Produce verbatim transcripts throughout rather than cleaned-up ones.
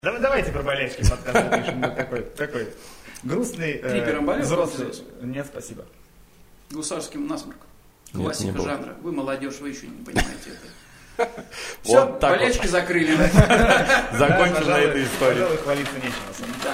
Давай, давайте про болельщики подкаст запишем. Такой, такой грустный, э, взрослый. Нет, спасибо. Гусарский насморк. Классика Нет, жанра. Вы молодежь, вы еще не понимаете это. Все, вот болельщики вот. Закрыли. Закончим на этой истории. Пожалуй, хвалиться нечего. Да.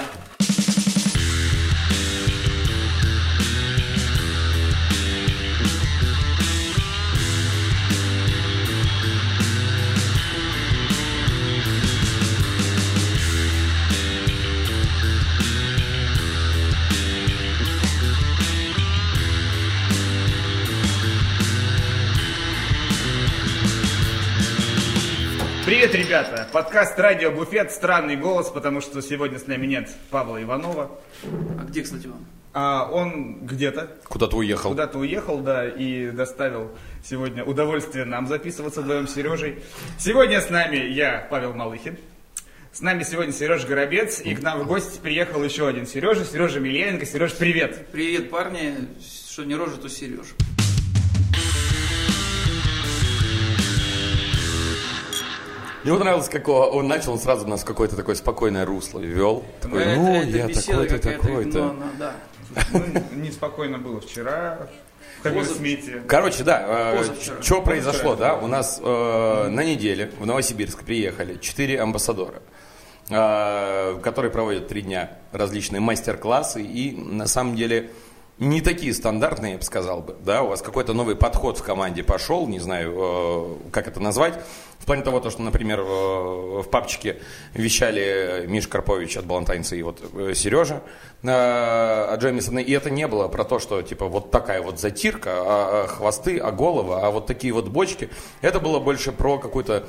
Привет, ребята! Подкаст «Радио Буфет». Странный голос, потому что сегодня с нами нет Павла Иванова. А где, кстати, он? А он где-то. Куда-то уехал. Куда-то уехал, да, и доставил сегодня удовольствие нам записываться вдвоем с Сережей. Сегодня с нами я, Павел Малыхин. С нами сегодня Сережа Горобец, и к нам в гости приехал еще один Сережа, Сережа Мильяненко. Сереж, привет! Привет, парни. Что не Рожа, то Сережа. Мне понравилось, как он начал, он сразу нас в какое-то такое спокойное русло ввел. Такой, это, ну, это я такой-то, такой-то. Ну, ну, да. Ну, неспокойно было вчера, в Хаммерсмите. Короче, да, Позавчера. что произошло, да? У нас э, на неделе в Новосибирск приехали четыре амбассадора, э, которые проводят три дня различные мастер-классы, и на самом деле не такие стандартные, я бы сказал бы, да, у вас какой-то новый подход в команде пошел, не знаю, э, как это назвать, в плане того, то, что, например, в, в папчике вещали Миша Карпович от Балантайнса и вот э, Сережа э, от Джемисона, и это не было про то, что, типа, вот такая вот затирка, а, а хвосты, а головы, а вот такие вот бочки, это было больше про какую-то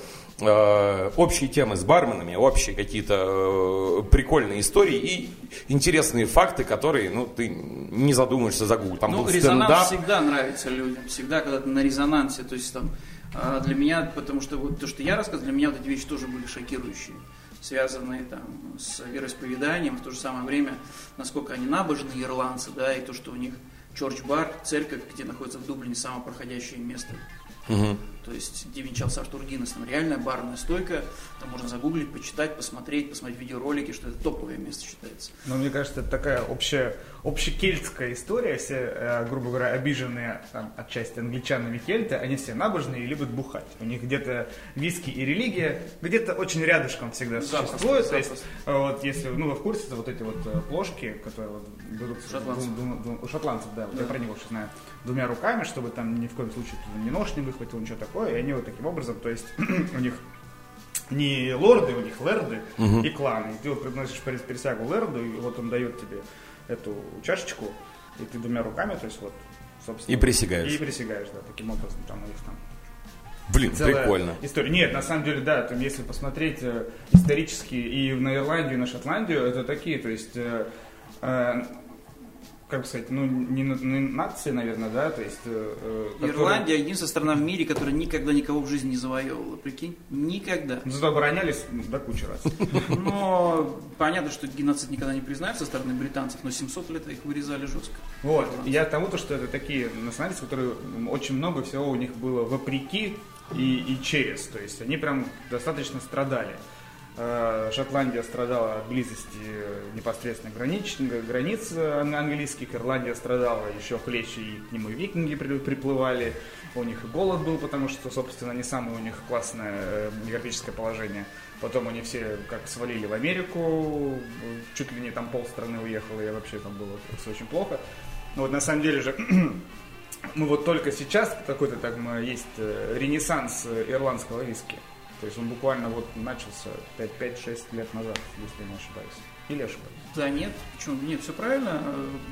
э, общие темы с барменами, общие какие-то э, прикольные истории и интересные факты, которые, ну, ты не задумаешься за Google. Там Ну, был резонанс стендап. всегда нравится людям, всегда, когда ты на резонансе, то есть там, а, для меня, потому что вот то, что я рассказывал, для меня вот эти вещи тоже были шокирующие, связанные там с вероисповеданием, в то же самое время, насколько они набожные ирландцы, да, и то, что у них чорч-бар, церковь, где находится в Дублине самое проходящее место. Угу. То есть, где венчался Артур Гиннес, там реальная барная стойка, там можно загуглить, почитать, посмотреть, посмотреть видеоролики, что это топовое место считается. Ну, мне кажется, это такая общая, общекельтская история. Все, э, грубо говоря, обиженные там, отчасти англичанами кельты, они все набожные и любят бухать. У них где-то виски и религия где-то очень рядышком всегда существуют. То есть, э, вот, если ну, вы в курсе, это вот эти вот э, плошки, которые вот, берут шотландцев. Двум, двум, у шотландцев, да, вот да. Я про них больше знаю, двумя руками, чтобы там ни в коем случае ни нож не выхватил, ничего такое. И они вот таким образом, то есть у них не лорды, у них лэрды uh-huh. и кланы. И ты вот приносишь присягу лэрду, и вот он дает тебе эту чашечку, и ты двумя руками, то есть вот, собственно... И присягаешь. И присягаешь, да, таким образом, там у них там... Блин, прикольно. История. Нет, на самом деле, да, там, если посмотреть э, исторически и на Ирландию, и на Шотландию, это такие, то есть... Э, э, как бы сказать, ну, не, не нации, наверное, да, то есть... Э, которые... Ирландия единственная страна в мире, которая никогда никого в жизни не завоевывала, прикинь? Никогда. Ну, зато оборонялись до кучи раз. Но понятно, что геноцид никогда не признается со стороны британцев, но семьсот лет их вырезали жестко. Вот, я к тому, что это такие национальности, которые очень много всего у них было вопреки и, и через, то есть они прям достаточно страдали. Шотландия страдала от близости непосредственно гранич, границ английских, Ирландия страдала еще хлеще, и к ним и викинги приплывали, у них и голод был, потому что, собственно, не самое у них классное географическое положение. Потом они все как свалили в Америку, чуть ли не там полстраны уехало, и вообще там было все очень плохо. Но вот на самом деле же мы вот только сейчас какой-то там есть ренессанс ирландского виски. То есть он буквально вот начался пять-шесть лет назад, если не ошибаюсь. Или ошибаюсь? Да нет, почему? Нет, все правильно.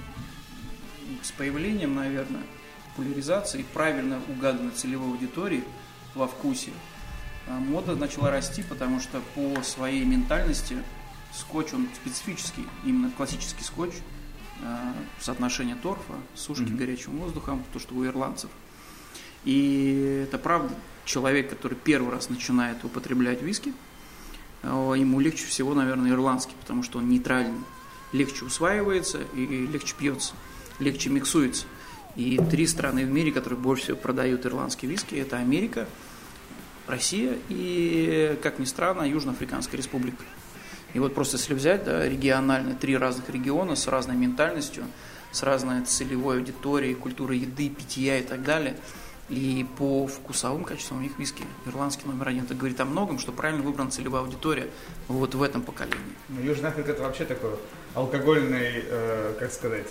С появлением, наверное, популяризации, правильно угаданной целевой аудитории во вкусе, мода начала расти, потому что по своей ментальности скотч, он специфический, именно классический скотч, соотношение торфа, сушки mm-hmm. горячим воздухом, то, что у ирландцев. И это правда. Человек, который первый раз начинает употреблять виски, ему легче всего, наверное, ирландский, потому что он нейтральный, легче усваивается и легче пьется, легче миксуется. И три страны в мире, которые больше всего продают ирландский виски, это Америка, Россия и, как ни странно, Южноафриканская республика. И вот просто если взять, да, региональные, три разных региона с разной ментальностью, с разной целевой аудиторией, культурой еды, питья и так далее, и по вкусовым качествам у них виски ирландский номер один. Это говорит о многом, что правильно выбрана целевая аудитория вот в этом поколении. Ну, Южная Африка это вообще такой алкогольный, э, как сказать,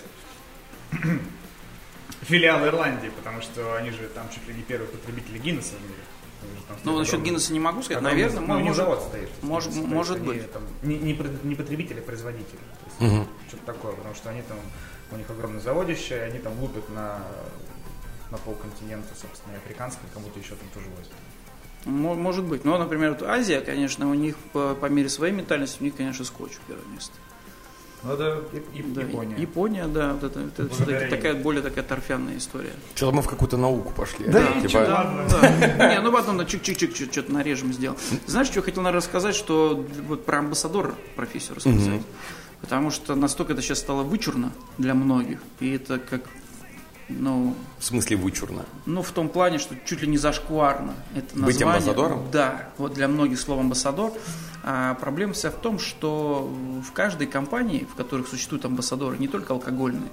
филиал Ирландии, потому что они же там чуть ли не первые потребители Гиннесса в мире. Ну, насчет Гиннесса не могу сказать, огромный, наверное, ну, может, завод стоит. Может, стоит, может они, быть. Там, не, не, не потребители, а производители. То есть, угу. Что-то такое, потому что они там, у них огромное заводище, и они там лупят на, на полконтинента, собственно, и африканское, кому-то еще там тоже возят. Может быть. Но, например, вот Азия, конечно, у них по, по мере своей ментальности, у них, конечно, скотч первое место. Ну, это и, и, да, Япония. Япония, да, вот это, это все-таки такая более такая торфяная история. Что-то мы в какую-то науку пошли. Да, да, типа, да, да. Не, ну потом чик-чик-чик что-то нарежем сделал. Знаешь, что я хотел, наверное, рассказать, что вот про амбассадора профессию рассказать. Угу. Потому что настолько это сейчас стало вычурно для многих. И это как, ну... В смысле вычурно? Ну, в том плане, что чуть ли не зашкварно. Это название. Быть амбассадором? Да. Вот для многих слово амбассадор. А проблема вся в том, что в каждой компании, в которых существуют амбассадоры, не только алкогольные,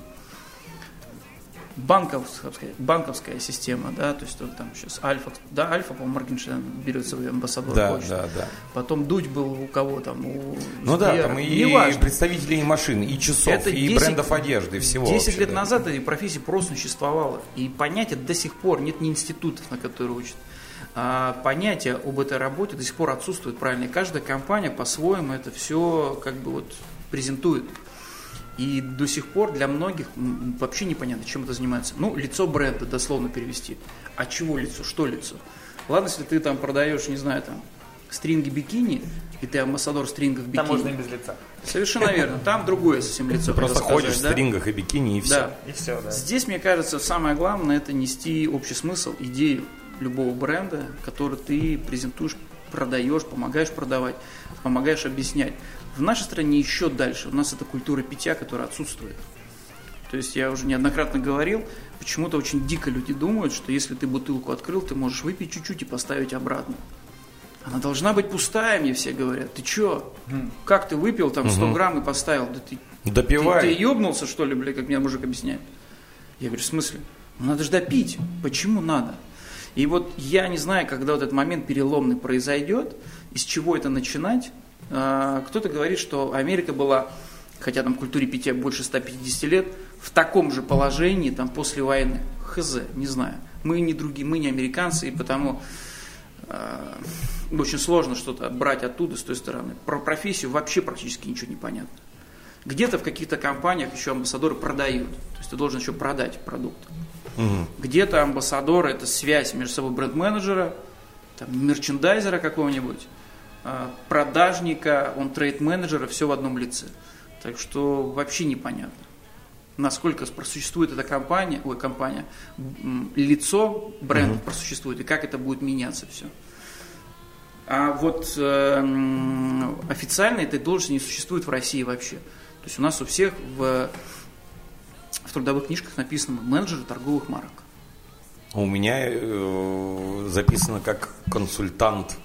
банковская, банковская система, да, то есть вот там сейчас Альфа, да, Альфа, по-моему, Моргенштерн берет свой амбассадор. Да, хочет. да, да. Потом Дудь был у кого там, у Ну Сбера. да, там и Неважно. представители и машин, и часов, Это и десять, брендов одежды, всего. десять вообще, лет да. назад этой профессии просто существовало. И понятия до сих пор, нет ни институтов, на которые учат. А понятие об этой работе до сих пор отсутствует, правильно. И каждая компания по-своему это все как бы вот презентует. И до сих пор для многих вообще непонятно, чем это занимается. Ну, лицо бренда, дословно перевести. А чего лицо? Что лицо? Ладно, если ты там продаешь, не знаю, там, стринги бикини, и ты амбассадор стрингов бикини. Там можно и без лица. Совершенно верно. Там другое совсем лицо. Ты просто ходишь в да? стрингах и бикини, и все. Да. И все, да. Здесь, мне кажется, самое главное, это нести общий смысл, идею любого бренда, который ты презентуешь, продаешь, помогаешь продавать, помогаешь объяснять. В нашей стране еще дальше. У нас это культура питья, которая отсутствует. То есть я уже неоднократно говорил, почему-то очень дико люди думают, что если ты бутылку открыл, ты можешь выпить чуть-чуть и поставить обратно. Она должна быть пустая, мне все говорят. Ты че? Mm. Как ты выпил там сто mm-hmm. грамм и поставил? Да ты, Допивай. Ты, ты ебнулся, что ли, бля, как мне мужик объясняет? Я говорю, в смысле? Ну надо же допить. Почему надо? И вот я не знаю, когда вот этот момент переломный произойдет, из чего это начинать. Кто-то говорит, что Америка была, хотя там культуре питья больше ста пятидесяти лет, в таком же положении там после войны. Хз, не знаю. Мы не другие, мы не американцы, и потому э, очень сложно что-то брать оттуда, с той стороны. Про профессию вообще практически ничего не понятно. Где-то в каких-то компаниях еще амбассадоры продают. То есть ты должен еще продать продукт. Угу. Где-то амбассадоры – это связь между собой бренд-менеджера, там, мерчендайзера какого-нибудь, продажника, он трейд-менеджера, все в одном лице. Так что вообще непонятно, насколько просуществует эта компания, ой, компания, лицо бренда mm-hmm. просуществует, и как это будет меняться все. А вот э, официально этой должности не существует в России вообще. То есть у нас у всех в, в трудовых книжках написано менеджеры торговых марок. У меня э, записано как консультант,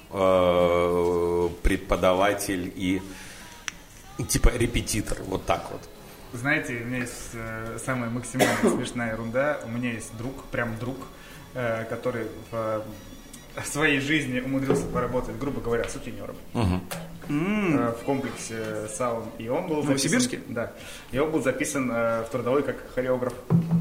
э, преподаватель и типа репетитор, вот так вот. Знаете, у меня есть э, самая максимально смешная ерунда. У меня есть друг, прям друг, э, который в, в своей жизни умудрился поработать, грубо говоря, сутенером. Угу. Э, в комплексе саун. И он был в Новосибирске? Да. И он был записан э, в трудовой как хореограф.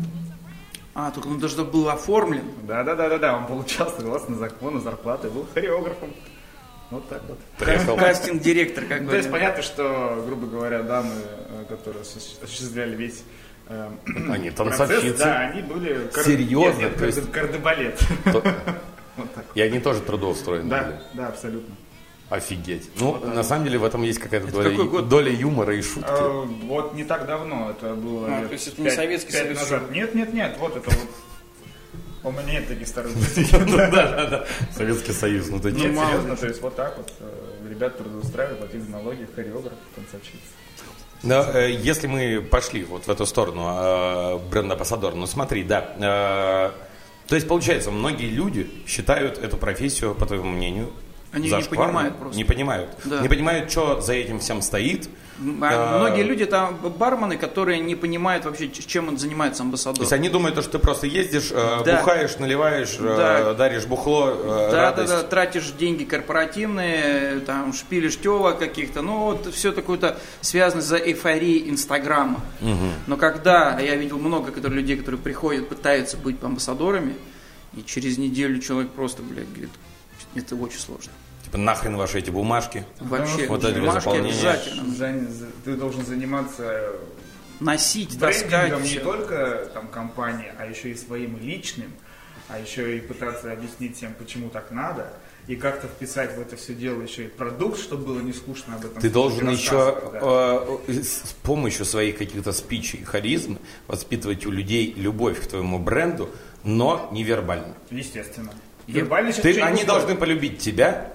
А, только он даже был оформлен. Да, да, да, да, да. Он получал согласно закону зарплаты, был хореографом. Вот так вот. Кастинг-директор, как бы. То есть понятно, что, грубо говоря, дамы, которые осуществляли весь э, они процесс, танцовщицы. Да, они были кар... серьезно, нет, то есть кардебалет. То... Вот так. И они тоже трудоустроены да, были. Да, абсолютно. Офигеть. Ну, вот, на самом деле в этом есть какая-то доля, доля юмора и шутки. А, вот не так давно, это было а, лет то есть это пять, не Советский пять Союз назад. Нет, нет, нет, вот это вот. У меня нет таких старых друзей. Да, да, да. Советский Союз. Ну, ты нет, серьезно, то есть вот так вот ребят трудоустраивают, платили налоги, хореограф, танцовщица. Но, э, если мы пошли вот в эту сторону э, бренд-амбассадор, ну смотри, да, э, то есть получается, многие люди считают эту профессию, по твоему мнению, Они не понимают просто. Не понимают. Да. Не понимают, что за этим всем стоит. А многие люди там бармены, которые не понимают вообще, чем он занимается, амбассадор. То есть они думают, что ты просто ездишь, да. бухаешь, наливаешь, да. даришь бухло, да, радость. Да, да, тратишь деньги корпоративные, там шпилишь тёлок каких-то, ну вот все такое-то связано за эйфорией Инстаграма. Угу. Но когда я видел много которые, людей, которые приходят, пытаются быть амбассадорами, и через неделю человек просто, блядь, говорит, это очень сложно. Типа нахрен ваши эти бумажки? Вообще, вот бумажки обязательно. За, за, ты должен заниматься носить, таскать. Не только там компании, а еще и своим личным, а еще и пытаться объяснить всем, почему так надо, и как-то вписать в это все дело еще и продукт, чтобы было не скучно об этом. Ты должен еще да. э, с помощью своих каких-то спичей, харизм воспитывать у людей любовь к твоему бренду, но невербально. Естественно. Вербально ты, они должны полюбить тебя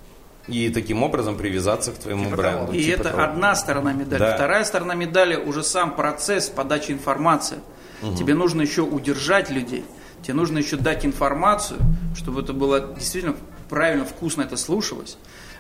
и таким образом привязаться к твоему типа бренду. И типа это того. Одна сторона медали. Да. Вторая сторона медали уже сам процесс подачи информации. Угу. Тебе нужно еще удержать людей. Тебе нужно еще дать информацию, чтобы это было действительно правильно, вкусно это слушалось.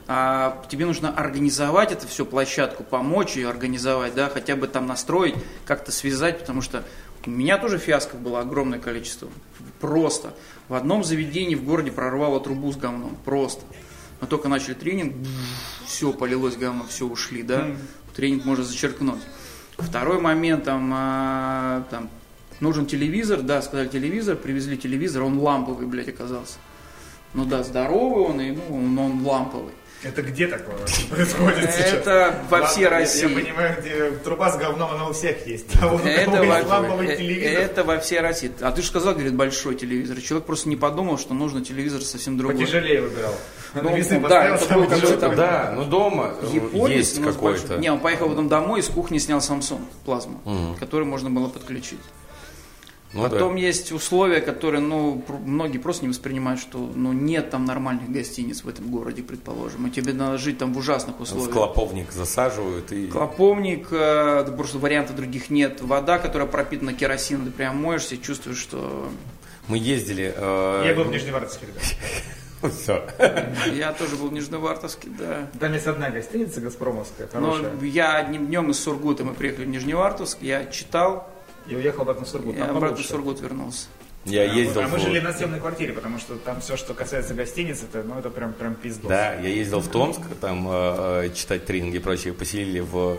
А тебе нужно организовать это все, площадку, помочь ее организовать, да, хотя бы там настроить, как-то связать, потому что у меня тоже фиаско было огромное количество. Просто. В одном заведении в городе прорвало трубу с говном. Просто. Мы только начали тренинг, все, полилось говно, все, ушли, да. Mm. Тренинг можно зачеркнуть. Второй момент, там, а, там, нужен телевизор, да, сказали телевизор, привезли телевизор, он ламповый, блядь, оказался. Ну да, здоровый он, и, ну, он, он ламповый. Это где такое происходит сейчас? Это во всей России. Я понимаю, где труба с говном, она у всех есть. А вот это, во, ламповый телевизор. Это во всей России. А ты же сказал, говорит, большой телевизор. Человек просто не подумал, что нужно телевизор совсем другой. Потяжелее выбирал. Ну, ну да, это был какой-то... Да, ну дома японец, есть какой-то. Не, он поехал потом домой, из кухни снял Samsung плазму, угу. который можно было подключить. Ну, Потом да. есть условия, которые, ну, многие просто не воспринимают, что, ну, нет там нормальных гостиниц в этом городе, предположим, и тебе надо жить там в ужасных условиях. В клоповник засаживают и... Клоповник, э, просто вариантов других нет. Вода, которая пропитана керосином, ты прям моешься, чувствуешь, что... Мы ездили... Э... Я был в Нижневартовске, ребят. Все. Я тоже был в Нижневартовске, да. Там есть одна гостиница газпромовская, хорошая. Но я одним днем из Сургута, мы приехали в Нижневартовск, я читал... И уехал обратно в Сургут. Я обратно в Сургут вернулся. Я ездил а мы в... жили на съемной квартире, потому что там все, что касается гостиниц, это, ну, это прям, прям пиздос. Да, я ездил в Томск, там э, читать тренинги и прочее, поселили в...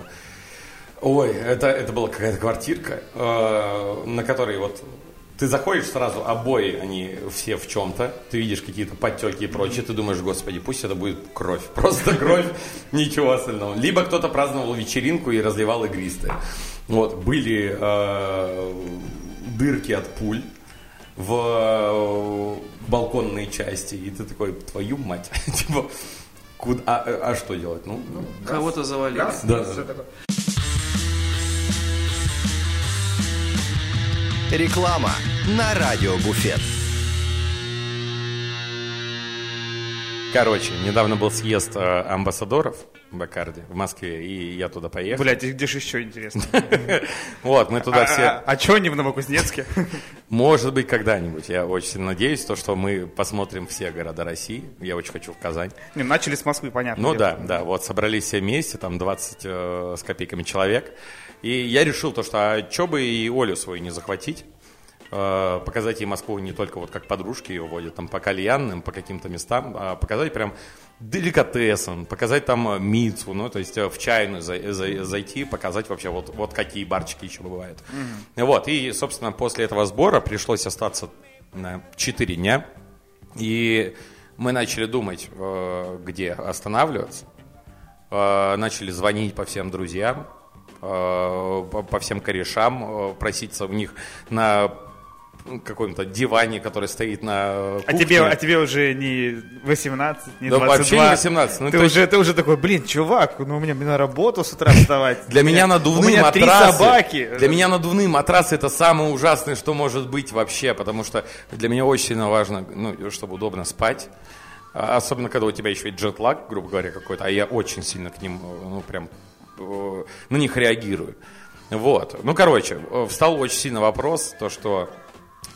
Ой, это, это была какая-то квартирка, э, на которой вот... Ты заходишь сразу, обои, они все в чем-то, ты видишь какие-то подтеки и прочее, ты думаешь, господи, пусть это будет кровь, просто кровь, ничего остального. Либо кто-то праздновал вечеринку и разливал игристое. Вот, были э, дырки от пуль в э, балконной части, и ты такой, твою мать, типа, куда, а, а что делать? Ну, ну кого-то завалили. Газ, да, газ, да. Реклама на радио Буфет. Короче, недавно был съезд э, амбассадоров в Бакарди в Москве, и я туда поехал. Блядь, где же еще интересно? Вот, мы туда все... А что не в Новокузнецке? Может быть, когда-нибудь. Я очень сильно надеюсь, то, что мы посмотрим все города России. Я очень хочу в Казань. Не, начали с Москвы, понятно. Ну да, да, вот собрались все вместе, там двадцать э, с копейками человек. И я решил то, что а что бы и Олю свою не захватить. Показать ей Москву не только вот как подружки ее водят, там по кальянным, по каким-то местам, а показать прям деликатесом, показать там мицу, ну, то есть в чайную за, за, зайти, показать вообще вот, вот какие барчики еще бывают. Mm-hmm. Вот, и, собственно, после этого сбора пришлось остаться на четыре дня, и мы начали думать, где останавливаться, начали звонить по всем друзьям, по всем корешам, проситься у них на каком-то диване, который стоит на кухне. А тебе, а тебе уже не восемнадцать, не да двадцать два. Вообще не восемнадцать. Ну, ты, уже, есть... ты уже такой, блин, чувак, ну у меня на работу с утра вставать. Для меня надувные матрасы. У меня три собаки. Для меня надувные матрасы это самое ужасное, что может быть вообще, потому что для меня очень сильно важно, ну, чтобы удобно спать. Особенно, когда у тебя еще и джетлаг, грубо говоря, какой-то, а я очень сильно к ним, ну, прям на них реагирую. Вот. Ну, короче, встал очень сильно вопрос, то, что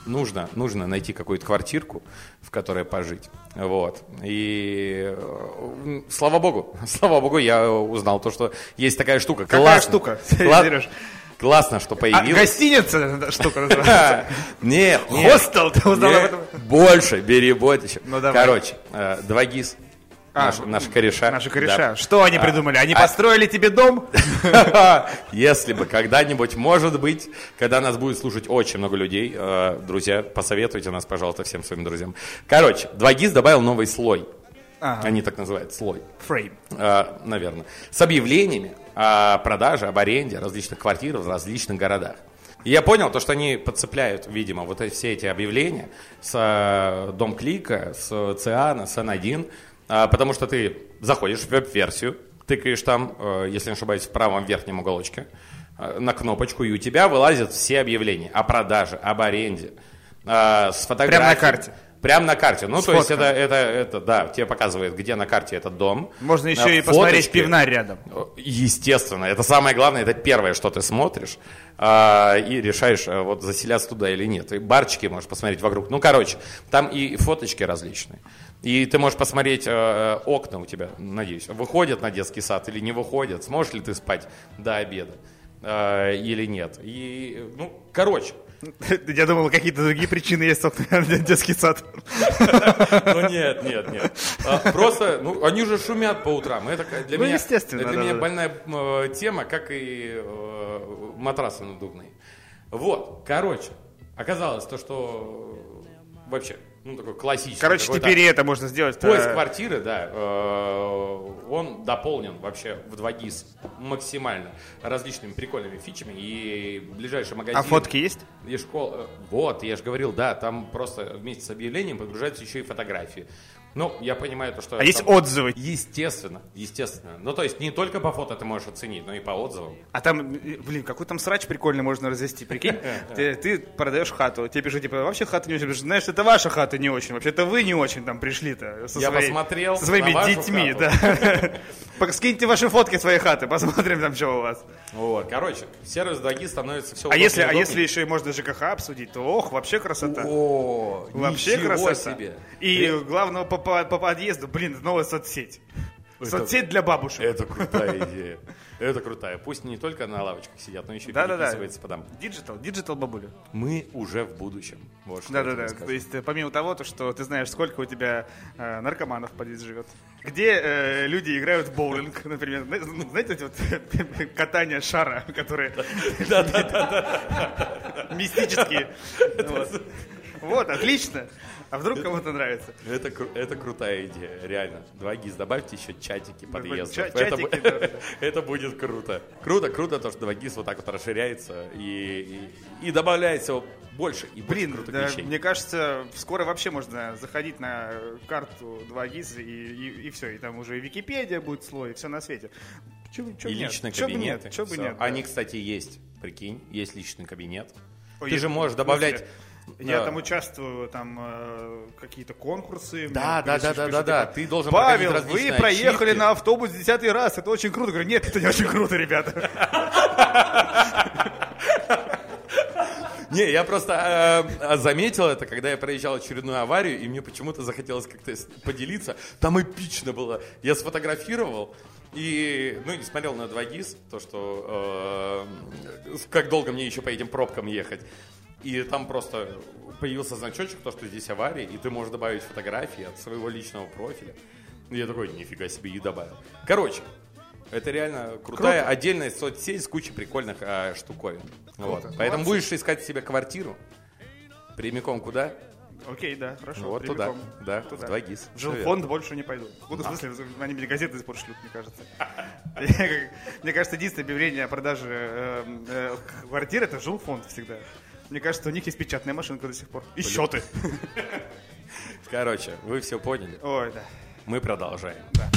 нужно, нужно найти какую-то квартирку, в которой пожить. Вот. И э, слава богу, слава богу, я узнал то, что есть такая штука. Какая Классно. штука? Кла- Классно, что появилась. А, гостиница эта штука называется? Нет, нет. Хостел, ты узнал об этом? Больше, бери больше. Ну, давай. Короче, э, два ГИС. А, Наши, наши кореша. Наши кореша. Да. Что они придумали? Они а- построили тебе дом? Если бы когда-нибудь, может быть, когда нас будет слушать очень много людей, э, друзья, посоветуйте нас, пожалуйста, всем своим друзьям. Короче, два ГИС добавил новый слой. Ага. Они так называют, слой. Фрейм. Э, наверное. С объявлениями о продаже, об аренде различных квартир в различных городах. И я понял, то, что они подцепляют, видимо, вот эти, все эти объявления с э, Дом-клика, с Циана, с эн один, э, потому что ты заходишь в веб-версию, тыкаешь там, э, если не ошибаюсь, в правом верхнем уголочке, э, на кнопочку, и у тебя вылазят все объявления о продаже, об аренде, э, с фотографией. Прямо на карте. Прямо на карте. Ну, С то есть фотками. это, это, это, да, тебе показывает, где на карте этот дом. Можно еще Э, и посмотреть фоточки. пивнарь рядом. Естественно, это самое главное, это первое, что ты смотришь, а, и решаешь, а, вот заселяться туда или нет. И барчики можешь посмотреть вокруг. Ну, короче, там и фоточки различные. И ты можешь посмотреть э, окна у тебя, надеюсь, выходят на детский сад или не выходят, сможешь ли ты спать до обеда э, или нет. И, ну, короче. Я думал, какие-то другие причины есть, собственно, детский сад. Ну нет, нет, нет. А, просто, ну, они же шумят по утрам. Это для Ну, меня, естественно, это для да, меня да. больная э, тема, как и э, матрасы надувные. Вот, короче, оказалось то, что вообще, ну, такой классический. Короче, какой-то теперь и это можно сделать. поиск э, квартиры, да, э, он дополнен вообще в два ГИС максимально различными прикольными фичами, и ближайший магазин... А фотки есть? И школа, вот, я же говорил, да, там просто вместе с объявлением подгружаются еще и фотографии. Ну, я понимаю то, что... А есть там- отзывы? Естественно, естественно. Ну, то есть не только по фото ты можешь оценить, но и по отзывам. А там, э, блин, какой там срач прикольный можно развести, прикинь? Ты, ты продаешь хату, тебе пишут, типа, вообще хата не очень, потому что, знаешь, это ваша хата не очень, вообще-то вы не очень там пришли-то. Со Я своей- посмотрел со своими на вашу детьми, хату. да. Пок- Скиньте ваши фотки своей хаты, посмотрим там, что у вас. Вот, короче, сервис два ГИС становится все А если, а если еще и можно ЖКХ обсудить, то ох, вообще красота. О, Вообще ничего красота. себе. И главное по, по, по подъезду, блин, новая соцсеть. Соцсеть для бабушек. Это крутая идея. Это крутая. Пусть не только на лавочках сидят, но еще и Да-да-да. переписывается по домам. Диджитал, диджитал бабуля. Мы уже в будущем. Вот что я тебе Да-да-да. скажу. То есть, э, помимо того, то, что ты знаешь, сколько у тебя э, наркоманов в подъезде живет. Где э, люди играют в боулинг, например. Зна- Знаете, эти вот катания шара, которые мистические. Вот. Вот, отлично. А вдруг кому-то нравится? Это, кру- это крутая идея, реально. два ГИС, добавьте еще чатики подъездов. ча- это, чатики, бу- да, да. это будет круто. Круто, круто, то, что два ГИС вот так вот расширяется и, и, и добавляет всего больше и больше Блин, крутых да, вещей. мне кажется, скоро вообще можно заходить на карту два ГИС и, и, и все, и там уже и Википедия будет слой, и все на свете. Чё, бы- чё И бы нет? личные Чё бы кабинеты. нет? Чё бы Всё. нет? Они, да. кстати, есть. Прикинь, есть личный кабинет. Ой, Ты я- же можешь в добавлять... смысле, Я Да. там участвую, там э, какие-то конкурсы. Да, мне да, пишут, да, да, пишут, да, типа, ты должен Павел, проходить вы различные проехали ачивки». на автобус десятый раз, это очень круто. Говорю, нет, это не очень круто, ребята. Не, я просто э, заметил это, когда я проезжал очередную аварию, и мне почему-то захотелось как-то с- поделиться. Там эпично было. Я сфотографировал и, ну, и смотрел на два ГИС, то, что э, как долго мне еще по этим пробкам ехать. И там просто появился значочек, то, что здесь авария, и ты можешь добавить фотографии от своего личного профиля. И я такой, нифига себе, и добавил. Короче, это реально крутая Круто. отдельная соцсеть с кучей прикольных а, штуковин. Вот. Круто. Поэтому Молодцы. будешь искать себе квартиру, прямиком куда? Окей, да, хорошо. Вот туда, прямиком. да, Туда. в два ГИС. В жилфонд больше не пойду. Ну, в смысле, они мне газеты испорчут, мне кажется. Я как- Мне кажется, единственное объявление о продаже э, э, квартир — это жилфонд всегда. Мне кажется, у них есть печатная машинка до сих пор. И счеты. Короче, вы все поняли. Ой, да. Мы продолжаем. Да.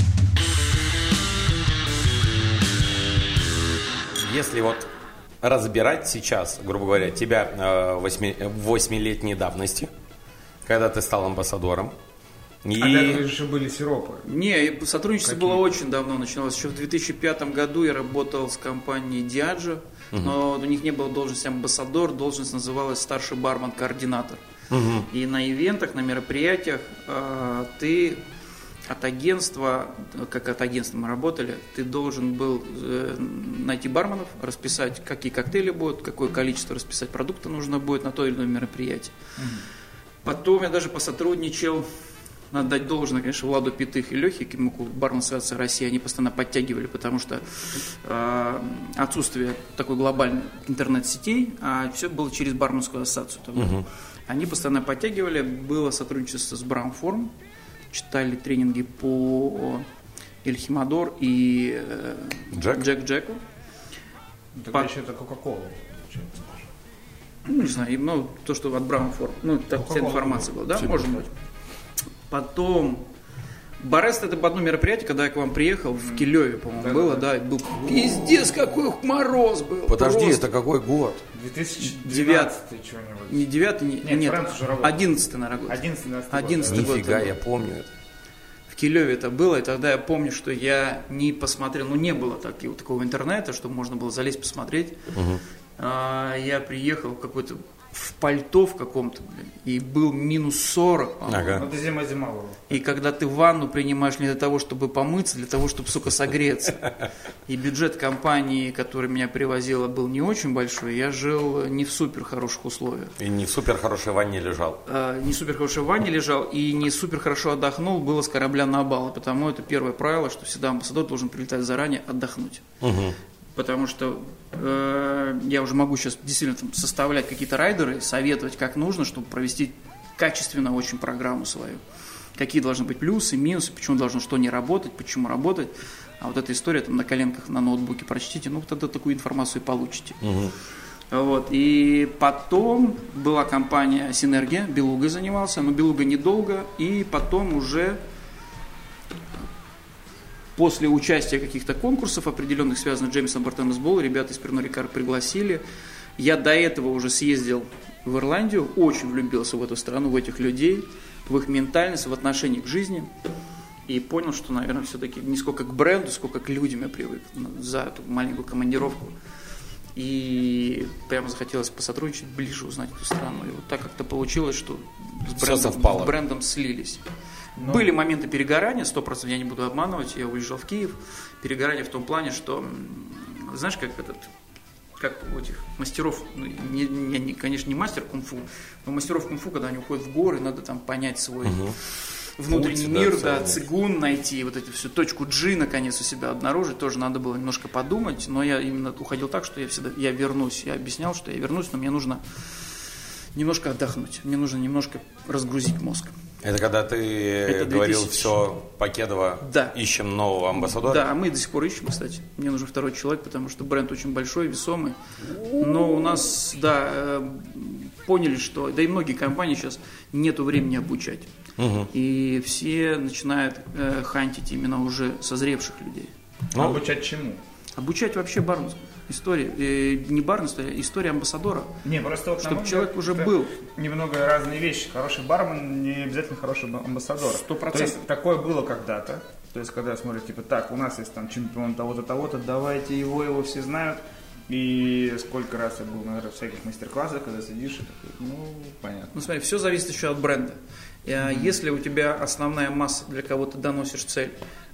Если вот разбирать сейчас, грубо говоря, тебя э, восьми- восьмилетней давности, когда ты стал амбассадором, И... А до этого же были сиропы. Не, сотрудничество Какие? было очень давно, начиналось. Еще в две тысячи пятом году я работал с компанией Diageo, угу. но у них не было должности амбассадор, должность называлась старший бармен-координатор. Угу. И на ивентах, на мероприятиях э, ты от агентства, как от агентства мы работали, ты должен был э, найти барменов, расписать, какие коктейли будут, какое количество расписать продукта нужно будет на то или иное мероприятие. Угу. Потом я даже посотрудничал. Надо дать должное, конечно, Владу Питых и Лехе Кимуку, бармен Ассоциации России, они постоянно подтягивали, потому что э, отсутствие такой глобальной интернет-сетей, а все было через барменскую ассоциацию. Uh-huh. Они постоянно подтягивали, было сотрудничество с Браунформ, читали тренинги по Эльхимадор и э, Джек? Джек Джеку. Тогда по... еще это Кока-Кола, получается. Ну, не знаю, ну, то, что от Браунформ, ну, так, вся информация была, да, Все может быть. Потом Борест — это одно мероприятие, когда я к вам приехал, в Килеве, по-моему, да, было, да, да, был пиздец, какой мороз был. Подожди, просто. Это какой год? две тысячи девятнадцатый что-нибудь. Не девятый, не, нет, нет, одиннадцатый, наверное, год. одиннадцатый, одиннадцатый год. Нифига, я помню это. В Килеве это было, и тогда я помню, что я не посмотрел, ну не было так, такого интернета, чтобы можно было залезть посмотреть. Угу. А, я приехал в какой-то в пальто в каком-то, блин, и был минус сорок, ага. Ну, это зима-зима была. И когда ты ванну принимаешь не для того, чтобы помыться, для того, чтобы, сука, согреться. И бюджет компании, которая меня привозила, был не очень большой, я жил не в супер хороших условиях. И не в супер хорошей ванне лежал. А, не в супер хорошей ванне лежал, и не супер хорошо отдохнул, было с корабля на бал. И потому это первое правило, что всегда амбассадор должен прилетать заранее отдохнуть. Угу. Потому что э, я уже могу сейчас действительно там, составлять какие-то райдеры, советовать, как нужно, чтобы провести качественно очень программу свою. Какие должны быть плюсы, минусы, почему должно что не работать, почему работать. А вот эта история там, на коленках на ноутбуке прочтите, ну тогда такую информацию и получите. Угу. Вот. И потом была компания «Синергия», Белугой занимался, но Белуга недолго, и потом уже... После участия в каких-то конкурсов, определенных, связанных с Джеймсом Бартенес-Болл, ребята из Перно Рикар пригласили. Я до этого уже съездил в Ирландию, очень влюбился в эту страну, в этих людей, в их ментальность, в отношении к жизни. И понял, что, наверное, все-таки не сколько к бренду, сколько к людям я привык за эту маленькую командировку. И прямо захотелось посотрудничать, ближе узнать эту страну. И вот так как-то получилось, что с брендом, с брендом слились. Но... Были моменты перегорания, сто процентов я не буду обманывать, я уезжал в Киев. Перегорание в том плане, что, знаешь, как этот, как у этих мастеров, ну, не, не, не, конечно, не мастер кунг-фу, но мастеров кунг-фу, когда они уходят в горы, надо там понять свой угу. внутренний Путь, мир, да, да, цигун найти, вот эту всю точку G наконец у себя обнаружить, тоже надо было немножко подумать, но я именно уходил так, что я всегда, я вернусь, я объяснял, что я вернусь, но мне нужно немножко отдохнуть, мне нужно немножко разгрузить мозг. Это когда ты Это говорил две тысячи... все Покедова, да. Ищем нового амбассадора? Да, мы до сих пор ищем, кстати. Мне нужен второй человек, потому что бренд очень большой, весомый. Но у нас, да, поняли, что, да и многие компании сейчас нету времени обучать. Угу. И все начинают э, хантить именно уже созревших людей. Ну, обучать чему? Обучать вообще барменству. История, э, не барменство, а история амбассадора. Не, просто вот, чтобы человек уже был. Немного разные вещи. Хороший бармен не обязательно хороший амбассадор. Сто процентов. То есть такое было когда-то. То есть когда смотрят, типа, так, у нас есть там чемпион того-то, того-то, давайте его, его все знают. И сколько раз я был, наверное, в всяких мастер-классах, когда сидишь, и такой, ну, понятно. Ну, смотри, все зависит еще от бренда. Mm-hmm. Если у тебя основная масса, для кого ты доносишь цель,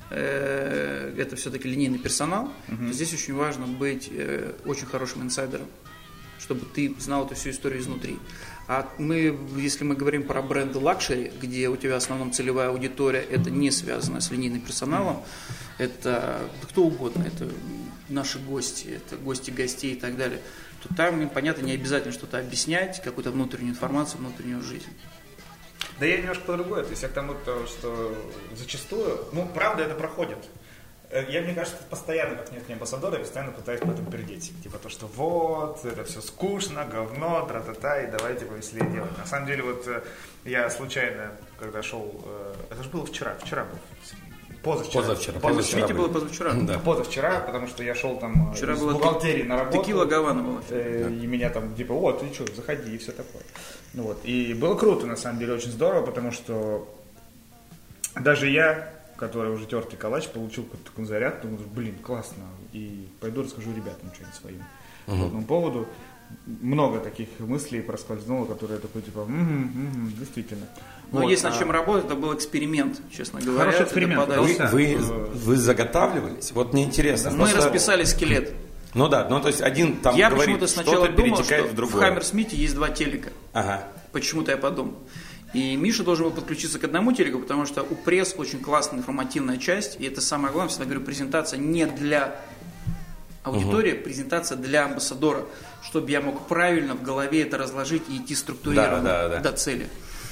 это все-таки линейный персонал, uh-huh. то здесь очень важно быть э, очень хорошим инсайдером, чтобы ты знал эту всю историю изнутри. А мы, если мы говорим про бренды лакшери, где у тебя в основном целевая аудитория, это не связано с линейным персоналом, uh-huh. это кто угодно, это наши гости, это гости гостей и так далее, то там, понятно, не обязательно что-то объяснять, какую-то внутреннюю информацию, внутреннюю жизнь. Да я немножко по-другому, то есть я к тому, что зачастую, ну, правда, это проходит. Я, мне кажется, постоянно, как нет амбассадора, я постоянно пытаюсь об этом пердеть. Типа то, что вот, это все скучно, говно, тра-та-та, и давайте повеселее делать. На самом деле, вот я случайно, когда шел, это же было вчера, вчера был, позавчера. Позавчера. Позавчера было позавчера. Да. Позавчера, потому что я шел там вчера из бухгалтерии на работу. Текила Гавана была. Э, да. И меня там, типа, о, ты что, заходи, и все такое. Ну, вот. И было круто, на самом деле, очень здорово, потому что даже я, который уже тертый калач, получил какой-то такой заряд, думаю, блин, классно, и пойду расскажу ребятам что-нибудь своим uh-huh. по этому поводу. Много таких мыслей проскользнуло, которые такой типа, угу, угу, действительно. Но вот, есть над а... чем работать, это был эксперимент, честно говоря. Хороший эксперимент. Вы, вы, вы заготавливались? Вот мне интересно. Мы просто... расписали скелет. Ну да, ну то есть один там я говорит, почему-то сначала что-то думал, перетекает что в другое. в Хаммерсмите есть два телека. Ага. Почему-то я подумал. И Миша должен был подключиться к одному телеку, потому что у пресс очень классная информативная часть, и это самое главное, всегда говорю, презентация не для аудитории, угу. презентация для амбассадора, чтобы я мог правильно в голове это разложить и идти структурированно да, да, да. до цели.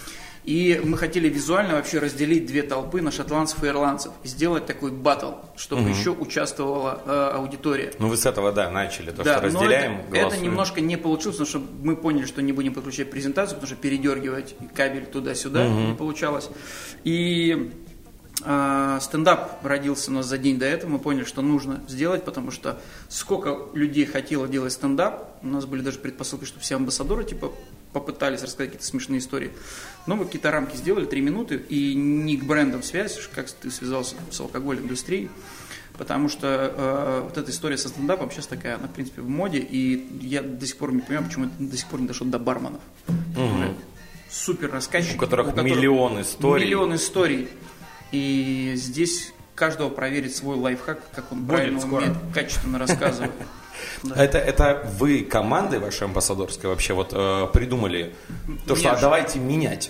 И мы хотели визуально вообще разделить две толпы на шотландцев и ирландцев и сделать такой баттл, чтобы угу. еще участвовала э, аудитория. Ну вы с этого, да, начали, то, да, что разделяем, это, это немножко не получилось, потому что мы поняли, что не будем подключать презентацию, потому что передергивать кабель туда-сюда угу. не получалось. И э, стендап родился у нас за день до этого, мы поняли, что нужно сделать, потому что сколько людей хотело делать стендап, у нас были даже предпосылки, что все амбассадоры типа попытались рассказать какие-то смешные истории. Но мы какие-то рамки сделали, три минуты, и не к брендам связь, как ты связался с алкогольной индустрией, потому что э, вот эта история со стендапом сейчас такая, она, в принципе, в моде, и я до сих пор не понимаю, почему это до сих пор не дошло до барменов. Угу. Супер рассказчики. У которых, у которых миллион историй. Миллион историй. И здесь каждого проверить свой лайфхак, как он будет правильно скоро. умеет, качественно рассказывать. Да. Это, это вы командой вашей амбассадорской вообще вот э, придумали то, что а давайте менять?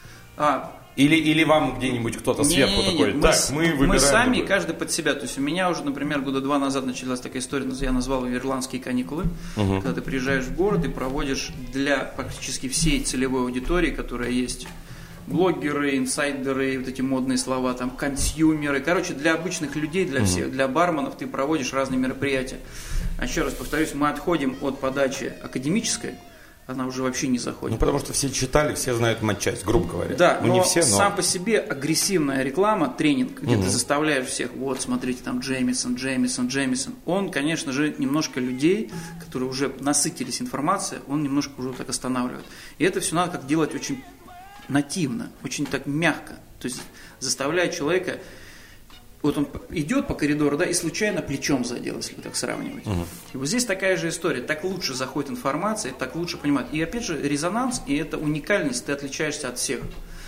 А, или, или вам где-нибудь кто-то не, сверху не, такой, не, так, мы, мы выбираем. Мы сами, такой. Каждый под себя. То есть у меня уже, например, года два назад началась такая история, я назвал ее «Ирландские каникулы», угу. когда ты приезжаешь в город и проводишь для практически всей целевой аудитории, которая есть, блогеры, инсайдеры, вот эти модные слова, там, консюмеры. Короче, для обычных людей, для всех, mm-hmm. для барменов ты проводишь разные мероприятия. А еще раз повторюсь, мы отходим от подачи академической, она уже вообще не заходит. Ну, потому что все читали, все знают матчасть, грубо говоря. Да, ну, но, не все, но сам по себе агрессивная реклама, тренинг, где mm-hmm. ты заставляешь всех, вот, смотрите, там, Джеймисон, Джеймисон, Джеймисон. Он, конечно же, немножко людей, которые уже насытились информацией, он немножко уже так останавливает. И это все надо как делать очень нативно, очень так мягко, то есть заставляя человека, вот он идет по коридору, да, и случайно плечом задел, если так сравнивать. Uh-huh. И вот здесь такая же история, так лучше заходит информация, так лучше понимать. И опять же резонанс, и это уникальность, ты отличаешься от всех.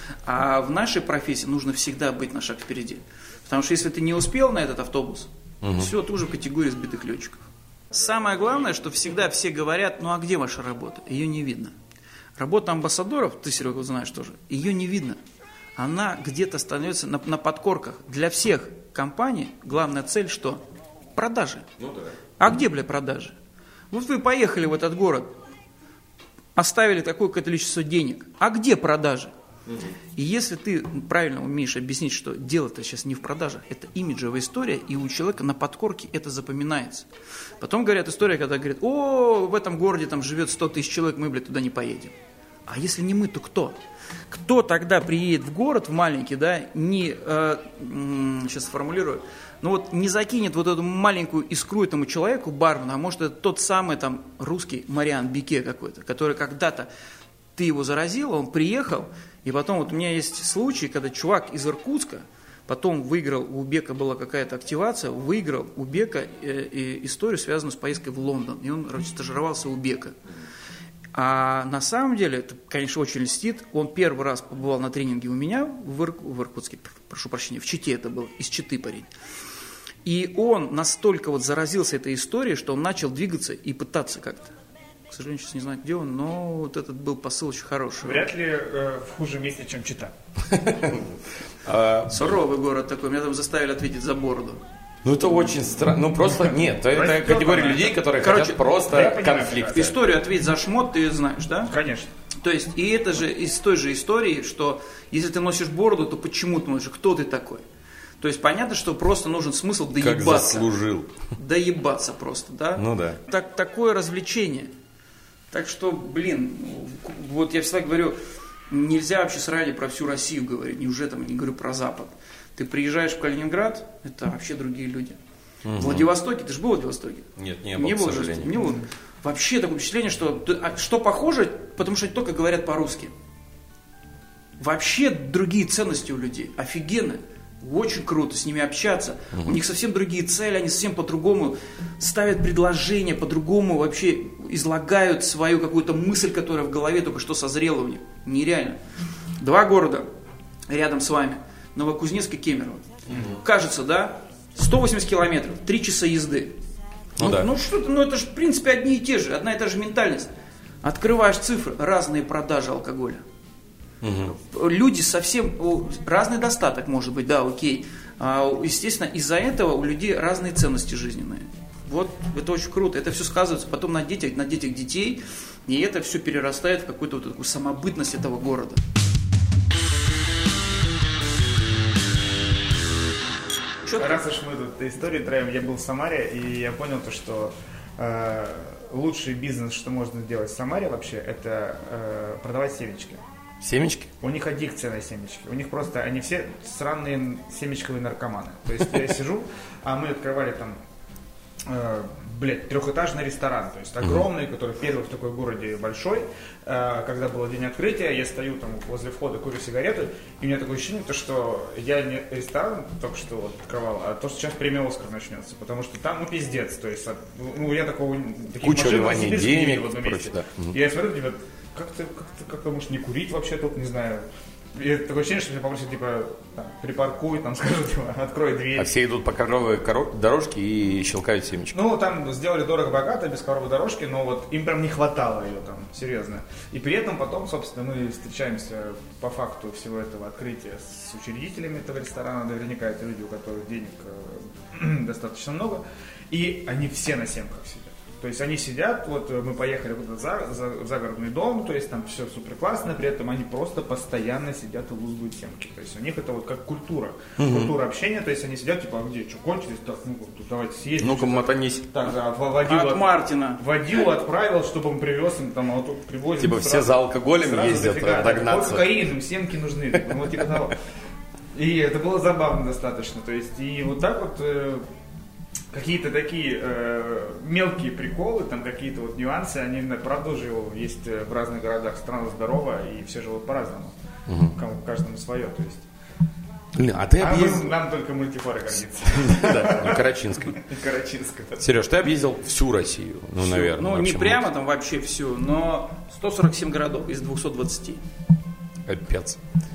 А в нашей профессии нужно всегда быть на шаг впереди. Потому что если ты не успел на этот автобус, uh-huh. все, ты уже в категории сбитых летчиков. Самое главное, что всегда все говорят, ну а где ваша работа? Ее не видно. Работа амбассадоров, ты, Серега, знаешь тоже, ее не видно. Она где-то становится на, на подкорках. Для всех компаний главная цель что? Продажи. Ну, да. А где, бля, продажи? Вот вы поехали в этот город, оставили такое количество денег. А где продажи? Угу. И если ты правильно умеешь объяснить, что дело-то сейчас не в продажах, это имиджевая история, и у человека на подкорке это запоминается. Потом говорят история, когда говорят, о, в этом городе там живет сто тысяч человек, мы, блядь, туда не поедем. А если не мы, то кто? Кто тогда приедет в город, в маленький, да, не, э, м- сейчас сформулирую, ну вот не закинет вот эту маленькую искру этому человеку, бармену, а может это тот самый там русский Мариан Бике какой-то, который когда-то ты его заразил, он приехал, и потом вот у меня есть случай, когда чувак из Иркутска, потом выиграл, у Бека была какая-то активация, выиграл у Бека э, э, историю, связанную с поездкой в Лондон, и он короче, стажировался у Бека. А на самом деле, это, конечно, очень льстит, он первый раз побывал на тренинге у меня в, Ирк... в Иркутске, прошу прощения, в Чите это был, из Читы парень. И он настолько вот заразился этой историей, что он начал двигаться и пытаться как-то. К сожалению, сейчас не знаю, где он, но вот этот был посыл очень хороший. Вряд ли э, в хуже месте, чем Чита. Суровый город такой, меня там заставили ответить за бороду. Ну это очень странно, ну просто нет, это категория людей, которые хотят просто конфликт. Историю «Ответь за шмот» ты знаешь, да? Конечно. То есть, и это же из той же истории, что если ты носишь бороду, то почему ты носишь, кто ты такой? То есть понятно, что просто нужен смысл доебаться. Как заслужил. Доебаться просто, да? Ну да. Так, такое развлечение. Так что, блин, вот я всегда говорю, нельзя вообще с радио про всю Россию говорить, не уже там не говорю про Запад. Ты приезжаешь в Калининград, это вообще другие люди. Угу. В Владивостоке, ты же был в Владивостоке? Нет, не был, не к был, сожалению. Не был. Вообще такое впечатление, что, а что похоже, потому что они только говорят по-русски. вообще другие ценности у людей, офигенно. Очень круто с ними общаться. Uh-huh. У них совсем другие цели, они совсем по-другому ставят предложения, по-другому вообще излагают свою какую-то мысль, которая в голове только что созрела у них. Нереально. Два города рядом с вами. Новокузнецк и Кемерово. Uh-huh. Кажется, да? сто восемьдесят километров, три часа езды. Ну, ну, да. ну что-то, ну это же в принципе одни и те же, одна и та же ментальность. Открываешь цифры, разные продажи алкоголя. Угу. Люди совсем, разный достаток может быть, да, окей. Естественно, из-за этого у людей разные ценности жизненные. Вот, это очень круто. Это все сказывается потом на детях, на детях детей. И это все перерастает в какую-то вот такую самобытность этого города. Что-то... Раз уж мы тут историю троем, я был в Самаре, и я понял то, что э, лучший бизнес, что можно сделать в Самаре вообще, это э, продавать семечки. Семечки? У них аддикция на семечки. У них просто, они все сраные семечковые наркоманы. То есть я сижу, а мы открывали там, э, блядь, трехэтажный ресторан. То есть огромный, который первый в такой городе большой. Э, когда был день открытия, я стою там возле входа, курю сигареты. И у меня такое ощущение, то, что я не ресторан только что вот открывал, а то, что сейчас премия «Оскар» начнется. Потому что там, ну, пиздец. То есть, ну, я такого... Куча вливания денег. Прочее, да. Я смотрю, типа... Как-то, как-то, как-то, может, не курить вообще тут, не знаю. И такое ощущение, что меня попросят, типа, там, припаркуй, там, скажут, типа, открой дверь. А все идут по ковровой дорожке и щелкают семечки. Ну, там сделали дорого-богато, без ковровой дорожки, но вот им прям не хватало ее там, серьезно. И при этом потом, собственно, мы встречаемся по факту всего этого открытия с учредителями этого ресторана. Наверняка это люди, у которых денег э, достаточно много. И они все на семках сидят. То есть они сидят, вот мы поехали в этот за, за, в загородный дом, то есть там все супер классно, при этом они просто постоянно сидят и лузгают семки. То есть у них это вот как культура, угу. культура общения, то есть они сидят, типа, а где, что, кончились? Так, ну тут давайте съездим. Ну-ка, мотанись. Так, да, водилу, от Мартина. Водилу отправил, чтобы он привез им, там, а тут привозим. Типа все за алкоголем ездят, дофига, догнаться. Вот кокаин, им семки нужны, ну, вот типа того. И это было забавно достаточно, то есть и вот так вот... Какие-то такие э, мелкие приколы, там какие-то вот нюансы, они, правда, же есть в разных городах. Страна здорова, и все живут по-разному. Угу. Каждому свое, то есть. Блин, а ты объездил... А нам только мультифоры гордится. Да, и Карачинской. Сереж, ты объездил всю Россию, ну, наверное. Ну, не прямо там вообще всю, но сто сорок семь городов из двухсот двадцати. Капец.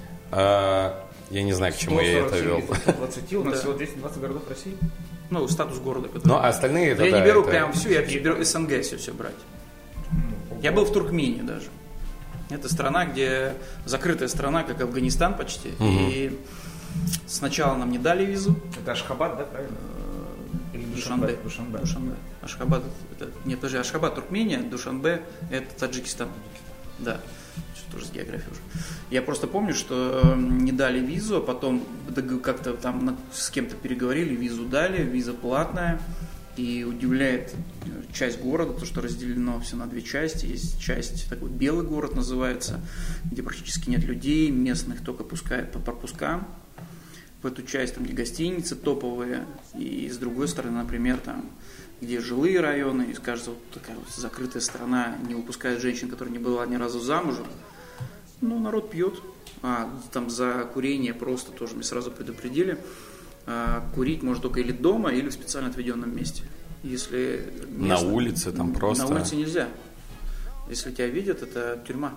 Я не знаю, к чему я это вел. сто двадцать, у нас всего двести двадцать городов в России. Ну, статус города. Который... Ну, а остальные... Это, я да, не беру это... прям всю, я беру СНГ все, все брать. Я был в Туркмении даже. Это страна, где... Закрытая страна, как Афганистан почти. Угу. И сначала нам не дали визу. Это Ашхабад, да, правильно? Или Душанбе. Душанбе. Душанбе. Ашхабад... Это... Нет, подожди, Ашхабад Туркмения, Душанбе это Таджикистан. Да. Тоже с географией уже. Я просто помню, что не дали визу, а потом как-то там с кем-то переговорили, визу дали, виза платная. И удивляет часть города, то, что разделено все на две части. Есть часть, такой белый город называется, где практически нет людей, местных только пускают по пропускам. В эту часть, там, где гостиницы топовые. И с другой стороны, например, там, где жилые районы, и, кажется, вот такая вот закрытая страна, не выпускает женщин, которые не была ни разу замужем. Ну, народ пьет. А, там за курение просто тоже мне сразу предупредили. А, курить можно только или дома, или в специально отведенном месте. Если место, на улице там просто... На улице нельзя. Если тебя видят, это тюрьма.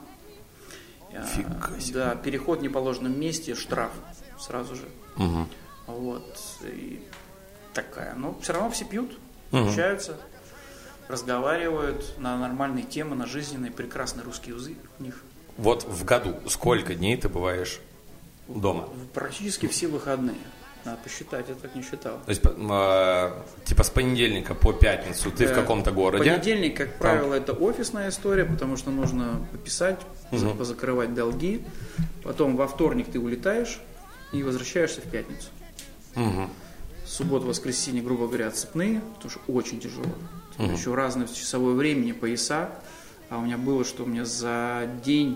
Фига себе. Да, переход в неположенном месте, штраф сразу же. Угу. Вот. И такая. Но все равно все пьют, угу. общаются, разговаривают на нормальные темы, на жизненные, прекрасный русский язык у них. Вот в году сколько дней ты бываешь дома? Практически все выходные. Надо посчитать, я так не считал. То есть, э, типа с понедельника по пятницу ты да. в каком-то городе? Понедельник, как правило, там... это офисная история, потому что нужно пописать, угу. позакрывать долги. Потом во вторник ты улетаешь и возвращаешься в пятницу. Угу. Суббота, воскресенье, грубо говоря, отцепные, потому что очень тяжело. Угу. Еще разное часовое времени, пояса. А у меня было, что у меня за день,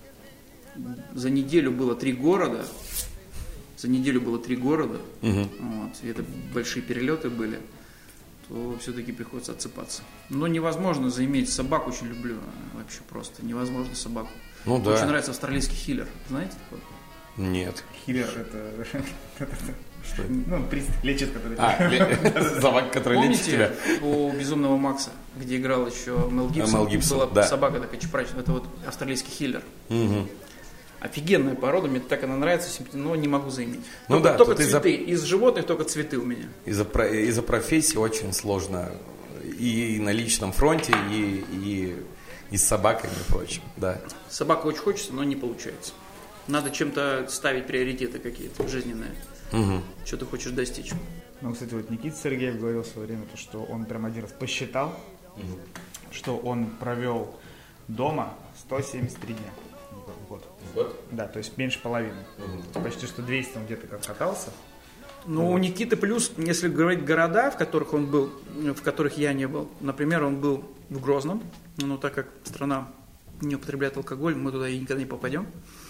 за неделю было три города. За неделю было три города. Угу. Вот, и это большие перелеты были. то все-таки приходится отсыпаться. Но невозможно заиметь собаку, очень люблю, вообще просто невозможно собаку. Ну да. Очень нравится австралийский хиллер, знаете такой? Нет. Хиллер это... Что? Ну, пристав лечит, который... А, собака, которая лечит тебя. Помните у «Безумного Макса», где играл еще Мел Гибсон? Мел Гибсон, была да. собака такая чепрачная, это вот австралийский хиллер. Угу. Офигенная порода, мне так она нравится, но не могу заиметь. Ну только да, только тут цветы. из-за... Из животных только цветы у меня. Из-за, из-за профессии очень сложно и на личном фронте, и, и, и с собаками и прочим. Да. Собака очень хочется, но не получается. Надо чем-то ставить приоритеты какие-то жизненные. Угу. Что ты хочешь достичь. Ну, кстати, вот Никита Сергеев говорил в свое время, то, что он прям один раз посчитал, угу. что он провел дома сто семьдесят три дня в год. В год? Да, то есть меньше половины. Угу. Почти что двести он где-то как катался. Ну, вот. у Никиты плюс, если говорить города, в которых он был, в которых я не был. Например, он был в Грозном, но так как страна не употребляет алкоголь, мы туда и никогда не попадем.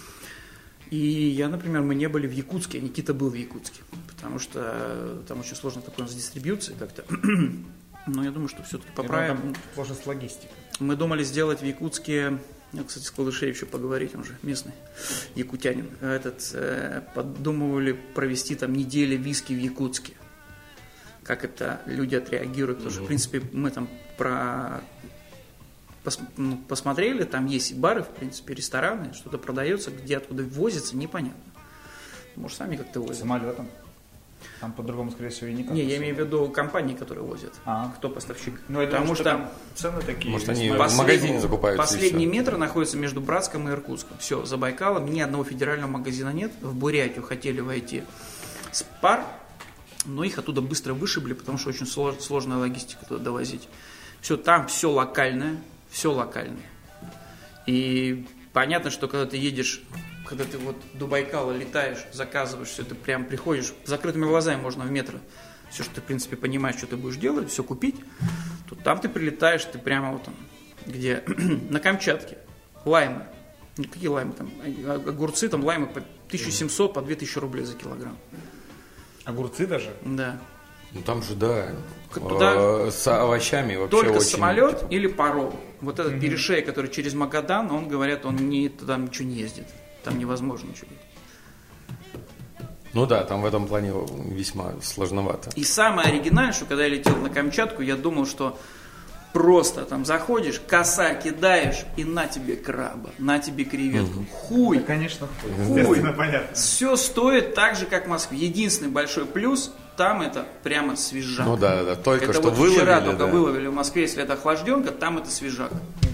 И я, например, мы не были в Якутске, а Никита был в Якутске, потому что там очень сложно такое с дистрибьюцией как-то. Но я думаю, что все-таки поправим. Там сложно с логистикой. Мы думали сделать в Якутске, я, кстати, с Калышей еще поговорить, он же местный якутянин. Этот, э, подумывали провести там неделю виски в Якутске. Как это люди отреагируют, потому что, в принципе, мы там про... Пос, ну, посмотрели, там есть бары, в принципе, рестораны, что-то продается, где откуда возится, непонятно. Может, сами как-то возят. Самолетом? Там по-другому, скорее всего, и никак. Не, я имею в виду компании, которые возят. А. Кто поставщик. Ну, это потому что, что там цены такие. Может, они весьма- в магазине закупаются. Последний метр находится между Братском и Иркутском. Все, за Байкалом ни одного федерального магазина нет. В Бурятию хотели войти с пар, но их оттуда быстро вышибли, потому что очень слож, сложная логистика туда довозить. Все, там все локальное, все локальное. И понятно, что когда ты едешь, когда ты вот до Байкала летаешь, заказываешь, все, ты прям приходишь, с закрытыми глазами можно в метро, все, что ты, в принципе, понимаешь, что ты будешь делать, все купить, то там ты прилетаешь, ты прямо вот там, где на Камчатке, лаймы, ну, какие лаймы там, огурцы, там лаймы по тысяча семьсот, по две тысячи рублей за килограмм. Огурцы даже? Да. Ну там же, да, Туда э, с овощами вообще только очень... самолет типа, или паром. Вот этот Мгм. перешей, который через Магадан, он, говорят, он не, там ничего не ездит. Там невозможно ничего делать. Ну да, там в этом плане весьма сложновато. И самое оригинальное, что когда я летел на Камчатку, я думал, что просто там заходишь, косарь кидаешь, и на тебе краба, на тебе креветку. Хуй! Да, конечно. Хуй! Естественно, понятно. Все стоит так же, как в Москве. Единственный большой плюс, там это прямо свежак. Ну да, да, только это что вот выловили. вчера только да. выловили в Москве, если это охлажденка, там это свежак.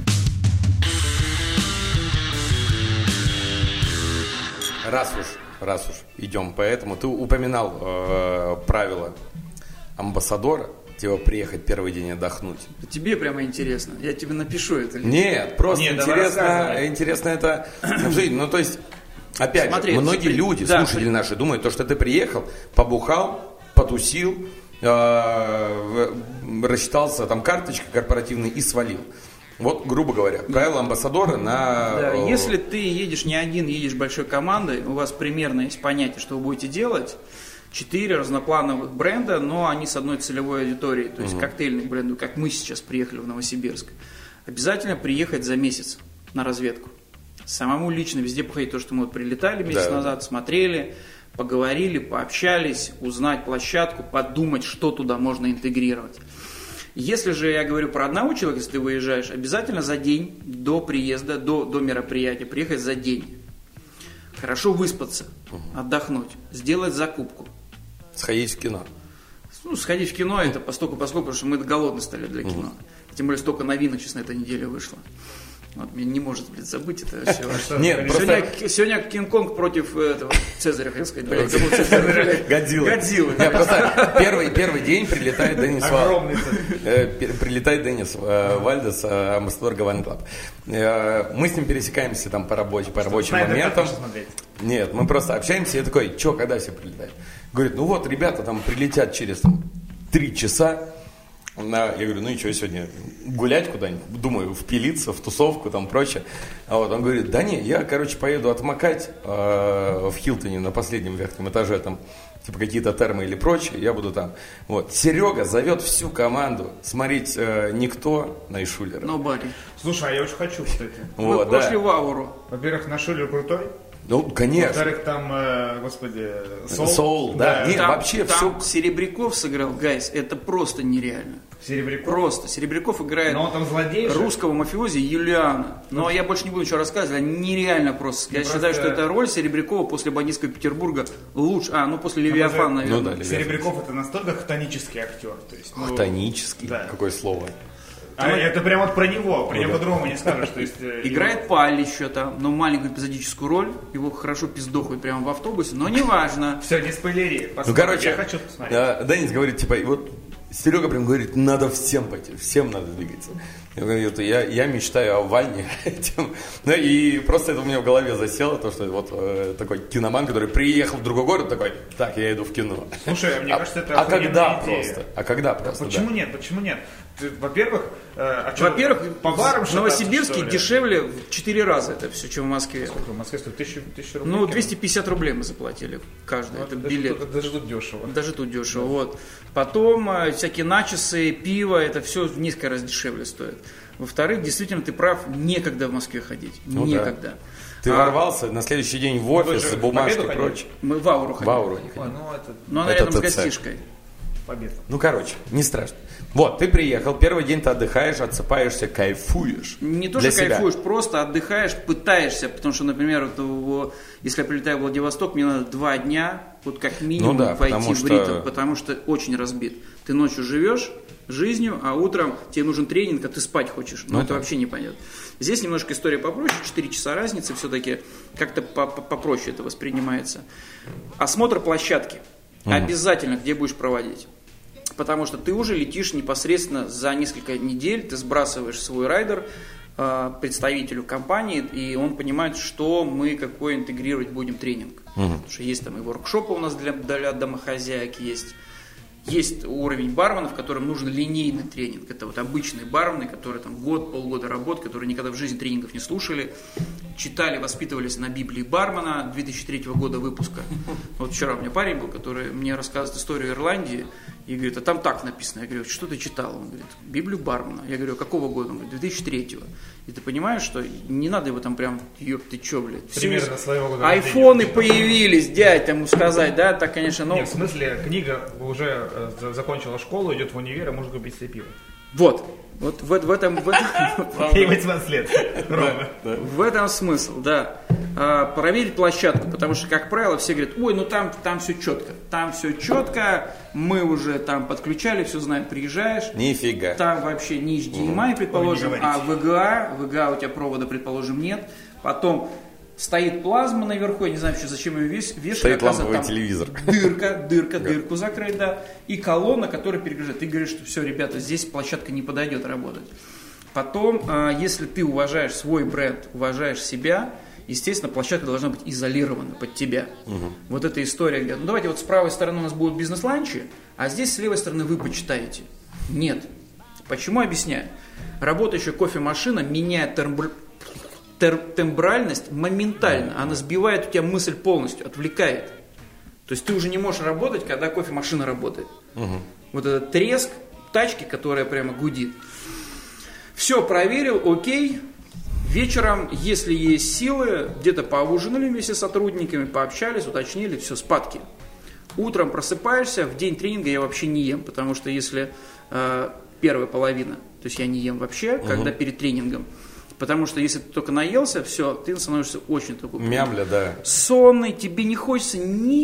Раз уж, раз уж идем по этому, ты упоминал э, правила амбассадора, типа приехать первый день отдохнуть. Тебе прямо интересно. Я тебе напишу это. Нет, просто Нет, давай интересно, рассказывай. интересно это обсудить. Ну, то есть, опять Смотри, же, многие смотри. люди, Да, слушатели при- наши, думают, то, что ты приехал, побухал, потусил, э, рассчитался там карточкой корпоративной и свалил. Вот, грубо говоря, правила амбассадора на... Да, э, если ты едешь не один, едешь большой командой, у вас примерно есть понятие, что вы будете делать. Четыре разноплановых бренда, но они с одной целевой аудиторией, то есть коктейльный бренд, как мы сейчас приехали в Новосибирск. Обязательно приехать за месяц на разведку. Самому лично везде походить, то, что мы вот прилетали месяц Да. назад, смотрели, поговорили, пообщались, узнать площадку, подумать, что туда можно интегрировать. Если же я говорю про одного человека, если ты выезжаешь, обязательно за день до приезда, до, до мероприятия, приехать за день. Хорошо выспаться, отдохнуть, сделать закупку. Сходить в кино. Ну, сходить в кино, это постольку поскольку, потому что мы голодны стали для кино. Тем более столько новинок сейчас на этой неделе вышло. Вот, мне не может, блядь, забыть это все. Нет, просто... Сегодня, сегодня Кинг-Конг против этого Цезаря, хотел сказать, блядь, забыл Цезаря. Годзилла. Годзилла. Нет, просто первый, первый день прилетает Денис Вал- Огромный цех. э, пер- прилетает Денис э, Вальдес, э, амбассадор Гавана Клаб. Э, Мы с ним пересекаемся там по, рабочим, по рабочим Снайдер моментам. Кат можно смотреть. Нет, мы просто общаемся, я такой, что, когда все прилетают? Говорит, ну вот, ребята там прилетят через там, три часа. На, я говорю, ну и что, сегодня гулять куда-нибудь? Думаю, впилиться в тусовку, там прочее. А вот он говорит, да не, я, короче, поеду отмокать э, в Хилтоне на последнем верхнем этаже там типа какие-то термы или прочее, я буду там. Вот. Серега зовет всю команду смотреть э, никто на Ишулера. Nobody. Слушай, а я очень хочу, кстати. Вы Вот, да. пошли в Ауру. Во-первых, наш Шулер крутой. Ну, конечно. Во-вторых, там, э, господи, Соул. Соул, да. И Там, вообще там все. Серебряков сыграл, гайс, это просто нереально. Серебряков. Просто. Серебряков играет Но он там злодей же. русского мафиози Юлиана. Но я больше не буду ничего рассказывать, а нереально просто. Я Ну, считаю, просто- что эта роль Серебрякова после бандитского Петербурга лучше. А, ну после Левиафана, Ну, наверное. Ну да, Левиафан. Серебряков это настолько хтонический актер. То есть, ну, Хтонический. Да. Какое слово? А это прям вот про него, про Ну него да. по-другому не скажешь. То есть, э, Играет Паль еще там, но маленькую эпизодическую роль. Его хорошо пиздохают прямо в автобусе, но неважно. Все, не спойлери. Ну, Посмотрим. короче, я хочу посмотреть. а, Денис говорит, типа, и вот Серега прям говорит, надо всем пойти, всем надо двигаться. Я говорю, это я, я мечтаю о Ване этим. Ну, и просто это у меня в голове засело, то, что вот э, такой киноман, который приехал в другой город, такой, так, я иду в кино. Слушай, мне а, кажется, это А охуенная когда идея. просто? А когда просто, Почему да. нет? Почему нет? Ты, во-первых, э, а что, Во-первых, по барам в шататься, Новосибирске что ли? дешевле в четыре раза это все, чем в Москве. Сколько в Москве стоит? Тысячу, тысячу рублей? Ну, двести пятьдесят рублей мы заплатили каждый. Ну, Это даже билет. тут- Даже тут дешево. Даже тут дешево. Вот. Потом э, всякие начосы, пиво, это все в несколько раз дешевле стоит. Во-вторых, действительно, ты прав, некогда в Москве ходить. Ну да. некогда. Ты А ворвался на следующий день в офис же с в бумажкой Победу и ходили? прочее. Мы в Ауру ходили. В Ауру не Ой, ходили. ну это Но она Это рядом с ТЦ. гостишкой. победа. Ну, короче, не страшно. Вот, ты приехал, первый день ты отдыхаешь, отсыпаешься, кайфуешь. Не то, Для что себя. кайфуешь, просто отдыхаешь, пытаешься, потому что, например, вот в- если я прилетаю в Владивосток, мне надо два дня, вот как минимум, Ну да, войти потому в что- ритм, потому что очень разбит. Ты ночью живешь жизнью, а утром тебе нужен тренинг, а ты спать хочешь. Ну, Ну это да. вообще непонятно. Здесь немножко история попроще, четыре часа разницы, все-таки как-то по- по- попроще это воспринимается. Осмотр площадки. Обязательно, где будешь проводить. Потому что ты уже летишь непосредственно за несколько недель, ты сбрасываешь свой райдер э, представителю компании, и он понимает, что мы какой интегрировать будем тренинг. Потому что есть там и воркшопы у нас для, для домохозяек, есть, есть уровень барменов, которым нужен линейный тренинг. Это вот обычные бармены, которые там год, полгода работают, которые никогда в жизни тренингов не слушали, читали, воспитывались на Библии бармена две тысячи третьего года выпуска. Вот вчера у меня парень был, который мне рассказывает историю Ирландии, и говорит, а там так написано. Я говорю, что ты читал? Он говорит, Библию бармена. Я говорю, какого года? Он говорит, две тысячи третьего. И ты понимаешь, что не надо его там прям, ёб ты чё, блядь. Примерно своего года Айфоны рождения. появились, дядь, ему сказать, да, так, конечно, но... Нет, в смысле, книга уже э, за- закончила школу, идет в универ, а может купить себе пиво. Вот, вот в, в этом... В этом... Ей восемнадцать лет. Ровно. В этом смысл, да. А, проверить площадку, потому что, как правило, все говорят, ой, ну там, там все четко, там все четко, мы уже там подключали, все знаем, приезжаешь, Нифига. там вообще не эйч ди эм ай, предположим, Ой, не а ви джи эй, ви джи эй у тебя провода, предположим, нет, потом стоит плазма наверху, я не знаю, что, зачем ее вес- вешать, Стоит оказывается, ламповый там телевизор. Дырка, дырка, дырку закрыть, да, и колонна, которая перегружает. Ты говоришь, что все, ребята, здесь площадка не подойдет работать. Потом, а, если ты уважаешь свой бренд, уважаешь себя, естественно, площадка должна быть изолирована под тебя. Угу. Вот эта история, где, ну давайте вот с правой стороны у нас будут бизнес-ланчи, а здесь с левой стороны вы почитаете. Нет. Почему? Объясняю. Работающая кофемашина меняет тембр... тер... тембральность моментально. Она сбивает у тебя мысль полностью, отвлекает. То есть ты уже не можешь работать, когда кофемашина работает. Угу. Вот этот треск тачки, которая прямо гудит. Все проверил, окей. Вечером, если есть силы, где-то поужинали вместе с сотрудниками, пообщались, уточнили, все, спадки. Утром просыпаешься, в день тренинга я вообще не ем, потому что если э, первая половина, то есть я не ем вообще, угу. когда перед тренингом, потому что если ты только наелся, все, ты становишься очень такой... Мямля, да. Сонный, тебе не хочется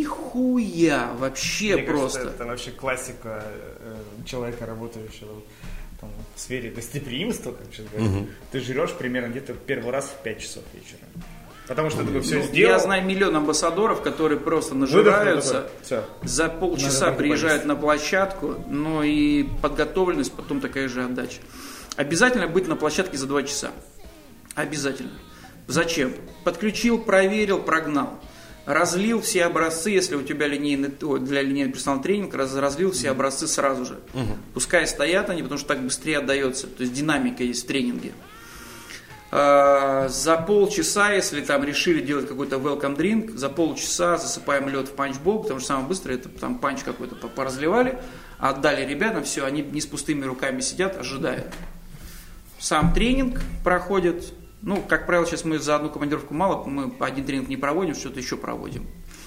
нихуя, вообще Мне просто. кажется, это вообще классика э, человека, работающего там, в сфере гостеприимства, как сейчас говорят. Угу. Ты жрешь примерно где-то первый раз в пять часов вечера. Потому что ты такой все Ну, сделал. Я знаю миллион амбассадоров, которые просто нажираются, Все. за полчаса приезжают на площадку, но и подготовленность, потом такая же отдача. Обязательно быть на площадке за два часа. Обязательно. Зачем? Подключил, проверил, прогнал. Разлил все образцы, если у тебя линейный, для линейного персонального тренинга, раз, разлил все образцы сразу же. Угу. Пускай стоят они, потому что так быстрее отдается. То есть динамика есть в тренинге. За полчаса, если там решили делать какой-то welcome drink, за полчаса засыпаем лед в панчбол, потому что самое быстрое это там панч какой-то поразливали, отдали ребятам, все, они не с пустыми руками сидят, ожидая. Сам тренинг проходит, ну, как правило, сейчас мы за одну командировку мало, мы один тренинг не проводим, что-то еще проводим.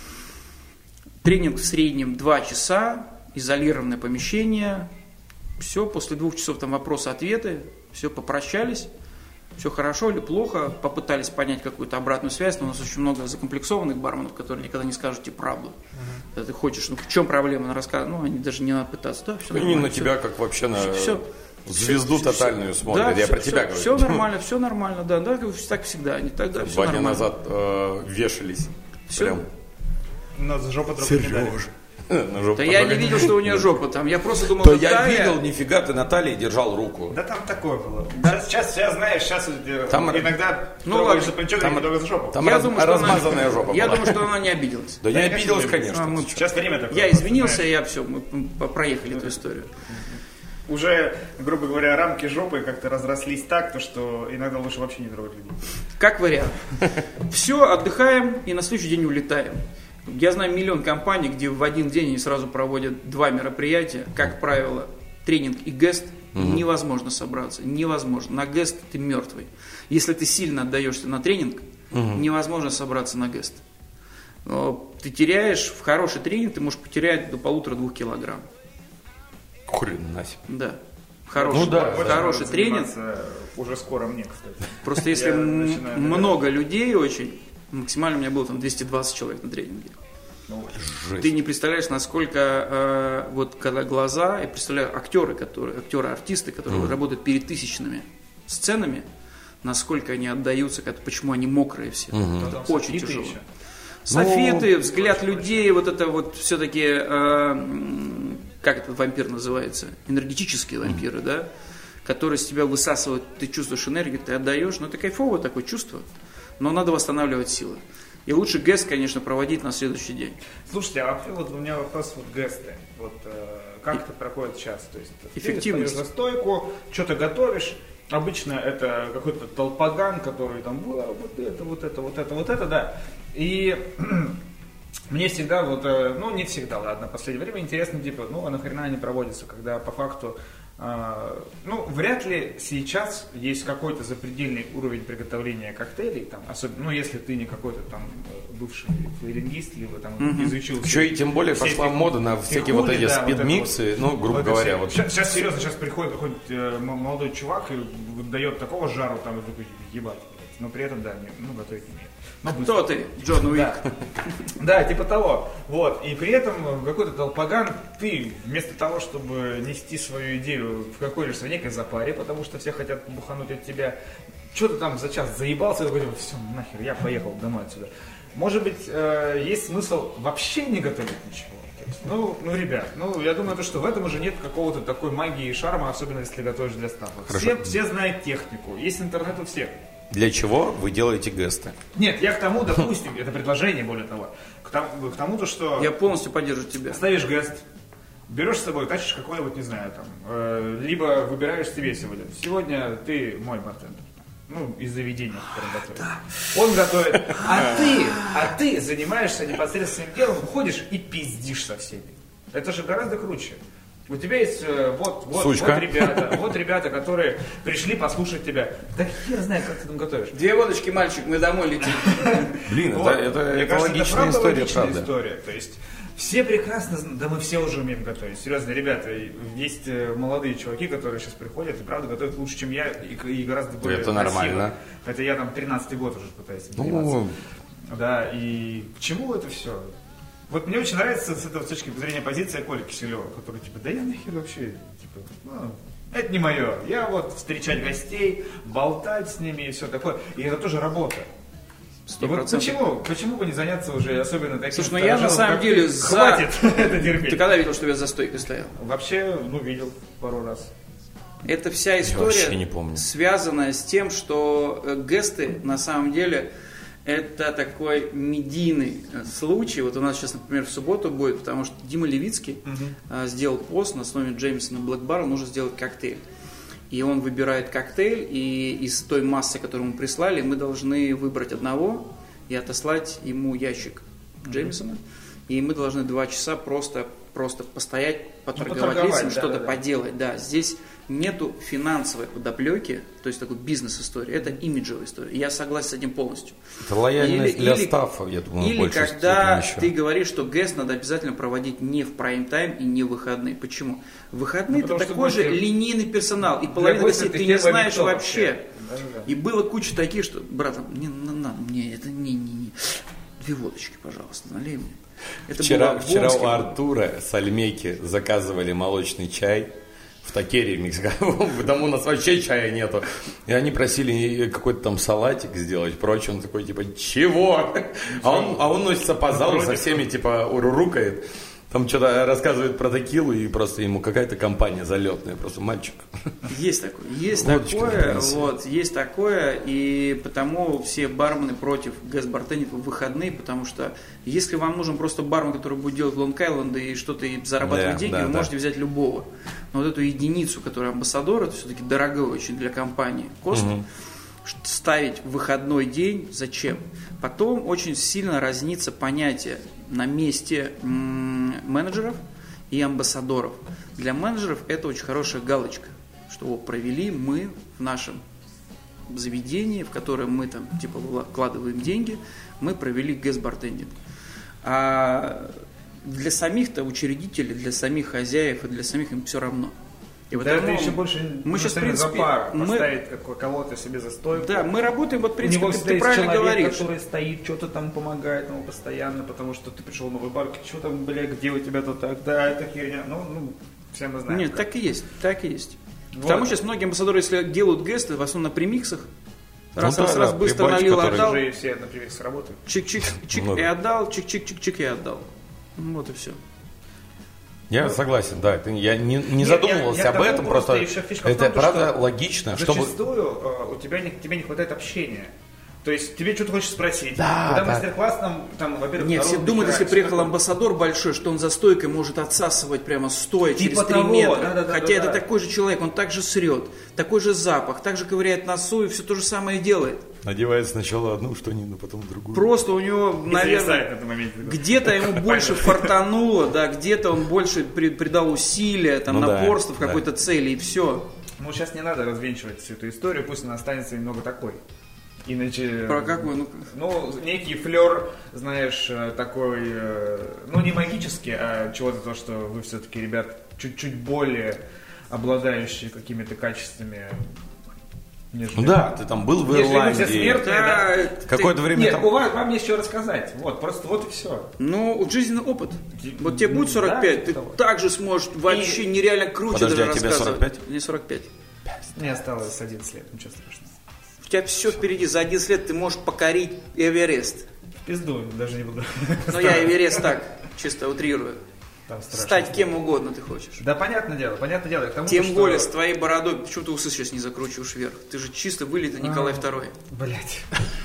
Тренинг в среднем два часа, изолированное помещение, все, после двух часов там вопросы-ответы, все, попрощались. Все хорошо или плохо, попытались понять какую-то обратную связь, но у нас очень много закомплексованных барменов, которые никогда не скажут тебе правду. Uh-huh. Когда ты хочешь, ну в чем проблема, она рассказывает, ну они даже не надо пытаться, да, все нормально. Они на все. тебя как вообще на все, звезду все, тотальную все, смотрят, да, я все, про тебя все, говорю. Все нормально, все нормально, да, да, так всегда, они тогда все Два нормально. дня назад э, вешались. Все. Прям. Но с жопы трогать не дали. Да я не видел, что у нее жопа там, я просто думал, То что я талия... видел, нифига, ты на талии держал руку. Да там такое было. Да? Сейчас, сейчас, сейчас, знаешь, сейчас там, иногда ну, трогаешь за плечо, там, немного за жопу. Там я раз, думаю, что размазанная она, жопа Я была. думаю, что она не обиделась. Да не обиделась, конечно. А, мы, Сейчас время такое. Я извинился, и я все, мы проехали эту историю. Уже, грубо говоря, рамки жопы как-то разрослись так, то что иногда лучше вообще не трогать людей. Как вариант. Все, отдыхаем и на следующий день улетаем. Я знаю миллион компаний, где в один день они сразу проводят два мероприятия. Как правило, тренинг и гест. Угу. Невозможно собраться. Невозможно. На гест ты мертвый. Если ты сильно отдаешься на тренинг, угу. невозможно собраться на гест. Но ты теряешь, в хороший тренинг ты можешь потерять до полутора-двух килограмм. Хрена себе. Да. Хороший, ну, да, хороший да, тренинг. Уже скоро мне, кстати. Просто если м- много людей очень, максимально у меня было там двести двадцать человек на тренинге. Жесть. Ты не представляешь, насколько э, вот когда глаза, я представляю актеры, которые, актеры, артисты, которые mm. работают перед тысячными сценами, насколько они отдаются, как, почему они мокрые все. Mm-hmm. Это очень софиты тяжело. Еще. Софиты, ну, взгляд людей, вот это вот все-таки, э, как этот вампир называется, энергетические вампиры, mm. да, которые с тебя высасывают, ты чувствуешь энергию, ты отдаешь, но это кайфовое такое чувство, но надо восстанавливать силы. И лучше гест, конечно, проводить на следующий день. Слушайте, а вообще вот у меня вопрос вот гесты. Вот э, как это проходит сейчас? То есть эффективность. Ты стоишь за стойку, что-то готовишь. Обычно это какой-то толпаган, который там вот это, вот это, вот это, вот это, да. И мне всегда вот, ну не всегда, ладно, в последнее время интересно, типа, ну а нахрена они проводятся, когда по факту, э, ну вряд ли сейчас есть какой-то запредельный уровень приготовления коктейлей, там, особенно, ну если ты не какой-то там бывший флейлингист, либо там mm-hmm. изучил. Еще и тем более пошла мода на всякие вот эти да, спидмиксы, вот вот, ну грубо вот говоря. Вот. Сейчас, сейчас серьезно, сейчас приходит какой-нибудь э, молодой чувак и дает такого жару, там, ебать, но при этом, да, не, ну готовить не умеет. А кто ты, Джон Уик? Да. да, типа того. Вот. И при этом какой-то толпаган, ты вместо того, чтобы нести свою идею в какой-либо своей некой запаре, потому что все хотят бухануть от тебя, что ты там за час заебался, и такой, все, нахер, я поехал домой отсюда. Может быть, э, есть смысл вообще не готовить ничего? Ну, ну, ребят, ну, я думаю, что в этом уже нет какого-то такой магии и шарма, особенно если готовишь для стафа. Все, все знают технику, есть интернет у всех. Для чего вы делаете гесты? Нет, я к тому, допустим, это предложение, более того, к тому, к тому, то, что... Я полностью поддерживаю тебя. Ставишь гест, берешь с собой, тащишь какой-нибудь, не знаю, там, э, либо выбираешь себе сегодня. Сегодня ты мой бартендер. Ну, из заведения, которое готовит. Да. Он готовит, а ты, а ты занимаешься непосредственным делом, уходишь и пиздишь со всеми. Это же гораздо круче. У тебя есть вот, вот, вот ребята, вот ребята, которые пришли послушать тебя. Да хер знает, как ты там готовишь. Две водочки, мальчик, мы домой летим. Блин, это, это, это логичная история, правда. История. То есть все прекрасно, да мы все уже умеем готовить. Серьезно, ребята, есть молодые чуваки, которые сейчас приходят и правда готовят лучше, чем я, и, и гораздо более это красиво. Нормально. Хотя я там тринадцатый год уже пытаюсь заниматься. Ну... Да, и к чему это все? Вот мне очень нравится с этой точки зрения позиция Коли Киселева, который типа, да я нахер вообще, типа, ну, это не мое. Я вот встречать гостей, болтать с ними и все такое. И это тоже работа. И вот почему, почему бы не заняться уже особенно таким? Слушай, ну я на самом деле за... Хватит это терпеть. Ты когда видел, что я за стойкой стоял? Вообще, ну видел пару раз. Это вся история не помню. связанная с тем, что гесты на самом деле это такой медийный случай. Вот у нас сейчас, например, в субботу будет, потому что Дима Левицкий uh-huh. сделал пост на основе Джеймсона Блэк Баррел, нужно сделать коктейль. и он выбирает коктейль, и из той массы, которую мы прислали, мы должны выбрать одного и отослать ему ящик Джеймисона, mm-hmm. и мы должны два часа просто, просто постоять, поторговать ну, лицами, да, что-то да, поделать. Да, здесь нету финансовой подоплеки, то есть такой бизнес-истории, это имиджевая история. Я согласен с этим полностью. Это лояльность или, для или, стаффа, я думаю, или больше когда еще. ты говоришь, что ГЭС надо обязательно проводить не в прайм-тайм и не в выходные. Почему? В выходные ну, ты такой же гости... линейный персонал, и половина гостей ты не знаешь вообще. Да, да. И было куча таких, что, брат, мне, на, на, мне это не, не, не. Две водочки, пожалуйста, налей мне. Это вчера, было вчера у Артура с Альмейки заказывали молочный чай в Такере, в Мексиканском, потому у нас вообще чая нету. И они просили какой-то там салатик сделать, прочее. Он такой, типа, чего? А он, а он носится по залу со всеми, типа, урурукает. Там что-то рассказывает про текилу, и просто ему какая-то компания залетная, просто мальчик. Есть такое, есть Водочка такое, вот, есть такое, и потому все бармены против гэс-бартендеров в выходные, потому что если вам нужен просто бармен, который будет делать лонг-айленды и что-то и зарабатывать Да, деньги, да, вы да. можете взять любого. Но вот эту единицу, которая амбассадор, это все-таки дорогой очень для компании кост, Мгм. ставить в выходной день зачем? Потом очень сильно разнится понятие на месте м- менеджеров и амбассадоров. Для менеджеров это очень хорошая галочка, что вот провели мы в нашем заведении, в которое мы там типа вкладываем деньги, мы провели гэс-бартендинг. А для самих-то учредителей, для самих хозяев и для самих им все равно. И Да, потому это еще больше мы сейчас, в принципе, за пар мы- поставить как- кого-то себе за стойку. Да, мы работаем, вот, в У принципе, него ты, всегда ты есть правильно человек, говоришь. который стоит, что-то там помогает ему постоянно, потому что ты пришел в новый бар, что там, бля, где у тебя тут так, да, это херня. Ну, ну, все мы знаем. Нет, да. так и есть, так и есть. Вот. Потому что сейчас многие амбассадоры, если делают гесты, в основном на премиксах, раз, Ну раз, да, раз, да, быстро прибачка, налил, который отдал, Уже все на привес работают. чик-чик-чик Ну и да. отдал, чик-чик-чик-чик и отдал. Ну, вот и все. Я согласен, да. это Я не, не Нет, задумывался я- я об тому этом, просто просто еще фишка в это том, правда что логично, чтобы... Зачастую э, у тебя не, тебе не хватает общения. То есть тебе что-то хочешь спросить. Да, Когда да. мастер-класс, там, там во-первых, Нет, все народ думают, если нихера, приехал всё такое. амбассадор большой, что он за стойкой может отсасывать прямо стоя Типа через три того, метра. да-да-да, Хотя да-да. это такой же человек, он также срет, такой же запах, также ковыряет носу и все то же самое делает. Надевает сначала одну штанину, потом другую. Просто у него, И наверное, зависает на этом моменте. где-то ему больше фартануло, да, где-то он больше при- придал усилия, там, Ну да, напорства в да. какой-то цели, и все. Ну, сейчас не надо развенчивать всю эту историю, пусть она останется немного такой. Иначе... Про какой? Ну, Ну, некий флер, знаешь, э, такой, э, ну, не магический, а чего-то то, что вы все-таки, ребят, чуть-чуть более обладающие какими-то качествами, нежели... Ну да, ты там был в Если мы все Ирландии. смертные, да. да, Какое-то время Нет, там... у вас, вам есть что рассказать. Вот, просто вот и все. ну, жизненный опыт. Ди- Вот тебе будет сорок пять, да, ты того. также сможешь вообще нереально круче Подожди, даже а тебе рассказывать. сорок пять? Мне сорок пять. Мне осталось одиннадцать лет, ничего страшного. У тебя все впереди, за одиннадцать лет ты можешь покорить Эверест. В пизду, даже не буду. Но я Эверест так, чисто утрирую. Там страшно. Стать кем угодно ты хочешь. Да, понятное дело, понятное дело. К тому, Тем что... более с твоей бородой, почему ты усы сейчас не закручиваешь вверх? Ты же чисто вылитый Николай второй. Блять.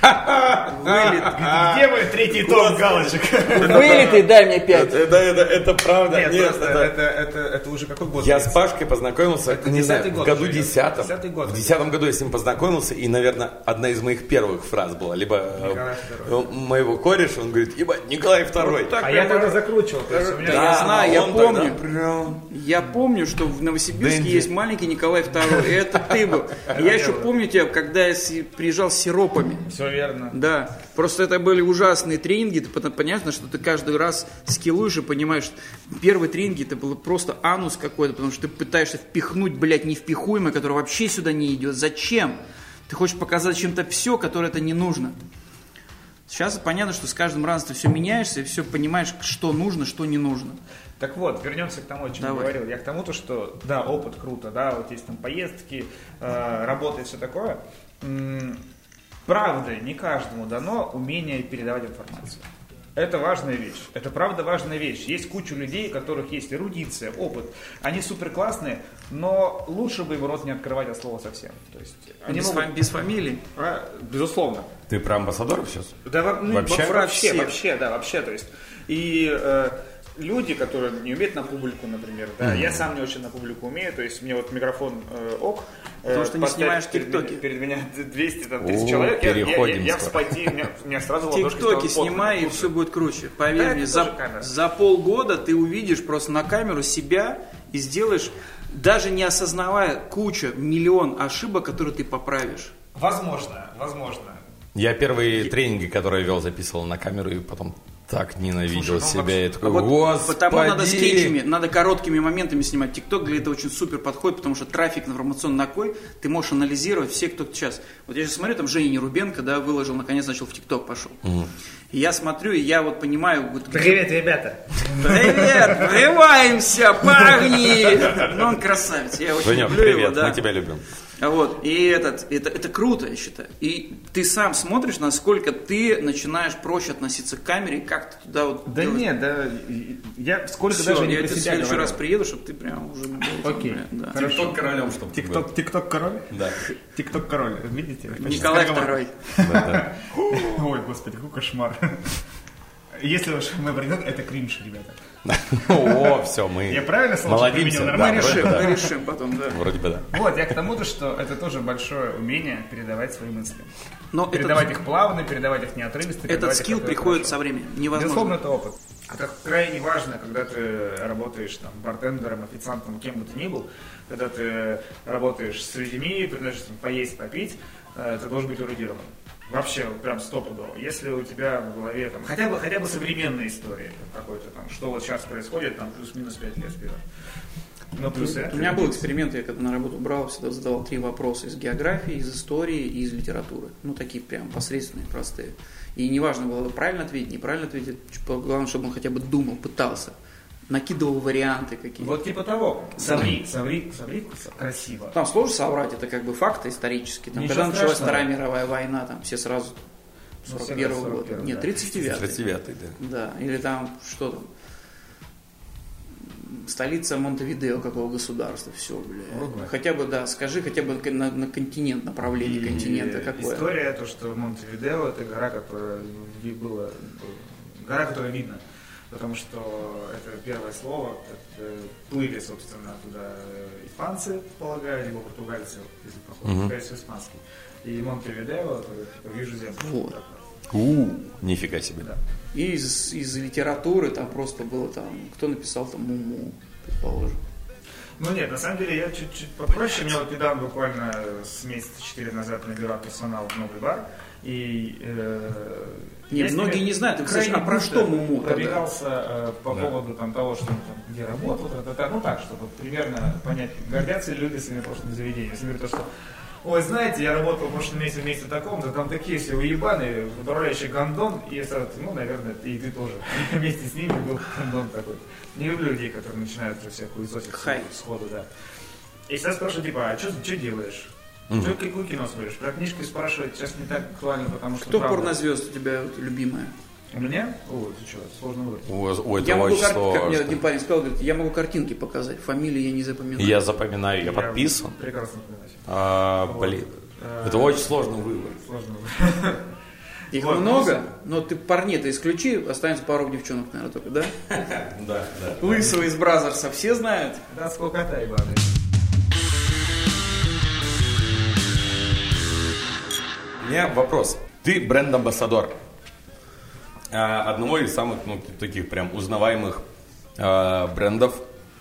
Вылит. Где мой третий том галочек? Вылитый, дай мне пять. Это, это, это правда. Нет, Нет, просто это- это, это, это уже какой год? Я с Пашкой познакомился, Это не десятый знаю, год в году уже идет. десятом. Десятый год. В десятом году я с ним познакомился, и, наверное, одна из моих первых фраз была, либо Николай э, второй. моего кореша, он говорит, ебать, Николай второй. так А я прямо- тогда закручивал. То есть у меня Да, я знаю, я он помню. тогда прям- Я помню, что в Новосибирске Дэнди. есть маленький Николай второй, и это ты был. И я еще помню тебя, когда я с- приезжал с сиропами. Все верно. Да, просто это были ужасные тренинги, ты потом понятно, что ты каждый раз скиллуешь и понимаешь, что первые тренинги это было просто анус какой-то, потому что ты пытаешься впихнуть, блядь, невпихуемое, которое вообще сюда не идет. Зачем? Ты хочешь показать чем-то все, которое это не нужно. Сейчас понятно, что с каждым разом ты все меняешься и все понимаешь, что нужно, что не нужно. Так вот, вернемся к тому, о чем я Давай. говорил. Я к тому, то, что да, опыт круто, да, вот есть там поездки, э, работа и все такое. М, Правда, не каждому дано умение передавать информацию. Это важная вещь. Это правда важная вещь. Есть куча людей, у которых есть эрудиция, опыт. Они супер классные, но лучше бы им рот не открывать от слова совсем. То есть они Без, могут- фами- без фамилии. А, безусловно. Ты про амбассадоров сейчас? Да, во- ну, Вообще? во- вообще, Всех. вообще, да, вообще, то есть. И э, люди, которые не умеют на публику, например, да, я сам не очень на публику умею, то есть мне вот микрофон э, ок, Потому что не снимаешь тиктоки. Перед, перед меня двести тысяч человек, я, я, я, я вспотею, у меня, у меня сразу ладошки тиктоки снимай, и все будет круче. Поверь да, мне, за, за полгода ты увидишь просто на камеру себя и сделаешь, даже не осознавая, кучу, миллион ошибок, которые ты поправишь. Возможно, возможно. Я первые тренинги, которые вел, записывал на камеру, и потом так ненавидел Слушай, себя. Ну, я такой, вот господи! Потому надо скетчами, надо короткими моментами снимать. ТикТок для этого очень супер подходит, потому что трафик информационный такой, ты можешь анализировать все, кто сейчас. Вот я сейчас смотрю, там Женя Нерубенко, да, выложил, наконец начал в ТикТок пошел. Mm. И я смотрю, и я вот понимаю... Вот, Привет, где... ребята! Привет! Врываемся, парни! Ну, он красавец, я очень Женек, люблю привет, его, да. Мы тебя любим. Вот, и этот, это, это круто, я считаю. И ты сам смотришь, насколько ты начинаешь проще относиться к камере, как ты туда вот... Да делаешь. нет, да, я сколько Все, даже не я про тебе в себя следующий говорю. раз приеду, чтобы ты прям уже... Окей, да. Тикток королем, чтобы ты был. Тикток король? Да. Тикток король, видите? Николай второй. Ой, господи, какой кошмар. Если уж мы придем, это кринж, ребята. О, все, мы Я правильно слышал? молодимся. Мы Да, решим, да. мы решим потом, да. Вроде бы да. Вот, я к тому, что это тоже большое умение передавать свои мысли. Но передавать этот, их плавно, передавать их неотрывисто. Этот скилл их приходит хорошо. со временем. Невозможно. Безусловно, это опыт. Это крайне важно, когда ты работаешь там бартендером, официантом, кем бы ты ни был, когда ты работаешь с людьми, приносишь им поесть, попить, ты должен быть эрудирован. Вообще, прям стопудово. Если у тебя в голове там, хотя бы, хотя бы современная история какой-то там, что вот сейчас происходит, там плюс-минус пять лет вперед. Но плюс У меня был эксперимент, я когда на работу брал, всегда задавал три вопроса из географии, из истории и из литературы. Ну, такие прям посредственные, простые. И неважно было правильно ответить, неправильно ответить, главное, чтобы он хотя бы думал, пытался. Накидывал варианты какие-то. Вот типа того. Соври, соври, соври красиво. Там сложно соврать, это как бы факты исторические. Там, когда началась Вторая мировая война, там все сразу сорок первого года. Да. Нет, тридцать девятый. тридцать девятый, да. Да, или там, что там, столица Монтевидео какого государства, все, бля. Уругвай. Хотя бы, да, скажи хотя бы на, на континент, направление И континента какое. История, то, что Монтевидео, это гора, которая была, гора, которая видно. Потому что это первое слово, это плыли, собственно, туда испанцы, полагаю, либо португальцы, если похоже, угу. скорее всего, испанский. И Монтевидео, типа, вижу землю. Вот. У-у-у, нифига себе. Да. И из, из литературы там просто было там, кто написал там Муму, предположим. Ну нет, на самом деле я чуть-чуть попроще. Меня вот недавно, буквально с месяца четыре назад, набирал персонал в новый бар. И, э, Нет, многие не знают, ты представляешь, а про что Муму? Пробегался э, по да. поводу там, того, что там, где работал, это, это, ну так, чтобы примерно понять, гордятся ли люди своими прошлыми заведениями. Если говорят, что, ой, знаете, я работал в прошлом месяце в месте таком-то, там такие все уебаны, управляющий гондон, и я сразу, ну, наверное, и ты тоже вместе с ними был гондон такой. Не люблю людей, которые начинают всякую изосить сходу, да. И сейчас спрашиваю, типа, а что делаешь? Mm-hmm. Что, какую кино смотришь? Про книжки спрашивать сейчас не так актуально, потому что... Кто правда... порнозвезд у тебя вот, любимая? У меня? Ой, ты что, сложно выбрать. Ой, я могу, кар... сложно. как мне один парень сказал, говорит, я могу картинки показать, фамилии я не запоминаю. Я запоминаю, я, я подписан. Прекрасно понимаю. А, вот. Блин, а, это очень сложный выбор. Сложно выбор. Их вот, много, но ты парней-то исключи, останется пару девчонок, наверное, только, да? Да, да. Лысого из Бразерса все знают? Да, сколько-то, главное. У меня вопрос. Ты бренд-амбассадор одного из самых, ну, таких прям узнаваемых э, брендов.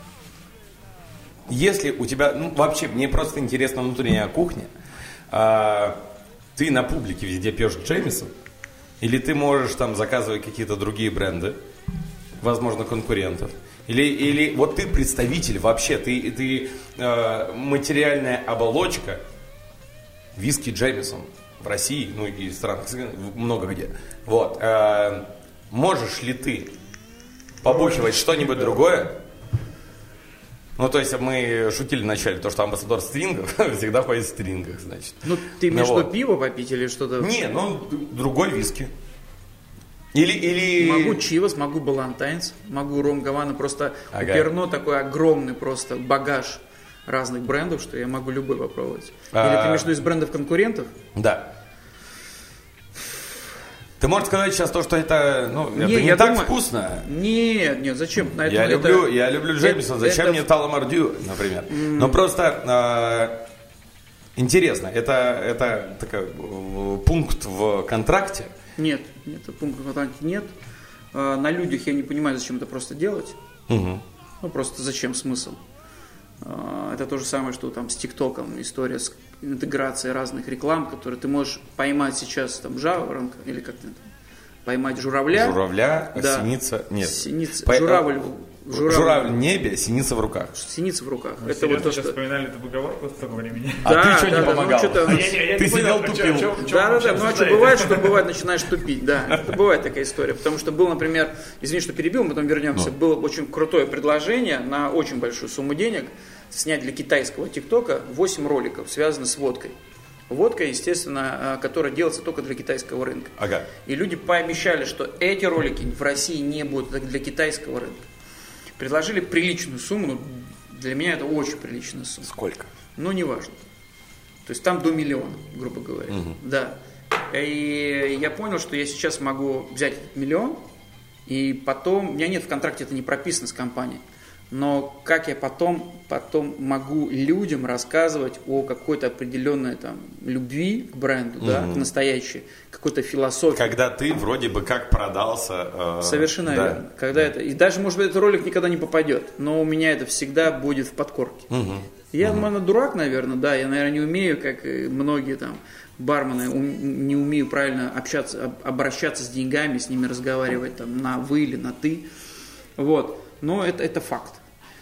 Если у тебя, ну, вообще, мне просто интересна внутренняя кухня. Э, ты на публике везде пьешь Джеймисон? Или ты можешь там заказывать какие-то другие бренды, возможно, конкурентов? Или, или вот ты представитель вообще, ты, ты э, материальная оболочка виски Джеймисон в России, ну и в странах, много где. Вот. Э, можешь ли ты побухивать что-нибудь другое? Ну, то есть мы шутили вначале, то, что амбассадор стрингов всегда ходит в стрингах, значит. Ну, ты имеешь в ну, виду вот. пиво попить или что-то? Не, ну, другой виски. Или, или... Могу Чивас, могу Балантайнс, могу Ром Гавана. Просто ага. у Перно такой огромный просто багаж разных брендов, что я могу любой попробовать. А... Или ты имеешь в виду из брендов конкурентов? Да. Ты можешь сказать сейчас то, что это, ну, не, это не так думаю... вкусно? Нет, нет, зачем? На я, это... люблю, я люблю Джеймисон, зачем это... мне Таламардю, например? Mm. Но просто... Э... Интересно, это, это такой пункт в контракте? Нет, нет, пункта в контракте нет. На людях я не понимаю, зачем это просто делать. Угу. Ну, просто зачем смысл? Это то же самое, что там с ТикТоком, история с интеграцией разных реклам, которые ты можешь поймать сейчас, там, жаворонка, или как-то поймать журавля. Журавля, да. синица, нет. Синица, По... журавль, журавль. Журавль в небе, синица в руках. Синица в руках. Вы это вот то, сейчас что... вспоминали эту поговорку с того времени? А да, ты что да, не да, помогал? Ну, а я, я, я ты не сидел, понял, тупил. Чё, чё, чё да, да, да. Ну а что бывает, что бывает, начинаешь тупить, да. Это бывает такая история. Потому что был, например, извини, что перебил, мы потом вернемся, ну. было очень крутое предложение на очень большую сумму денег снять для китайского ТикТока восемь роликов, связанных с водкой. Водка, естественно, которая делается только для китайского рынка. Ага. И люди пообещали, что эти ролики в России не будут для китайского рынка. Предложили приличную сумму, но для меня это очень приличная сумма. Сколько? Ну, неважно. То есть там до миллиона, грубо говоря. Угу. Да. И я понял, что я сейчас могу взять этот миллион, и потом, у меня нет в контракте, это не прописано с компанией, но как я потом, потом могу людям рассказывать о какой-то определенной там любви к бренду, угу. да, к настоящей, какой-то философии. Когда ты вроде бы как продался. Э, Совершенно да. верно. Когда это, и даже, может быть, этот ролик никогда не попадет, но у меня это всегда будет в подкорке. Угу. Я, угу. наверное, дурак, наверное, да, я, наверное, не умею, как и многие там бармены, не умею правильно общаться, обращаться с деньгами, с ними разговаривать там на вы или на ты. Вот. Но это, это факт.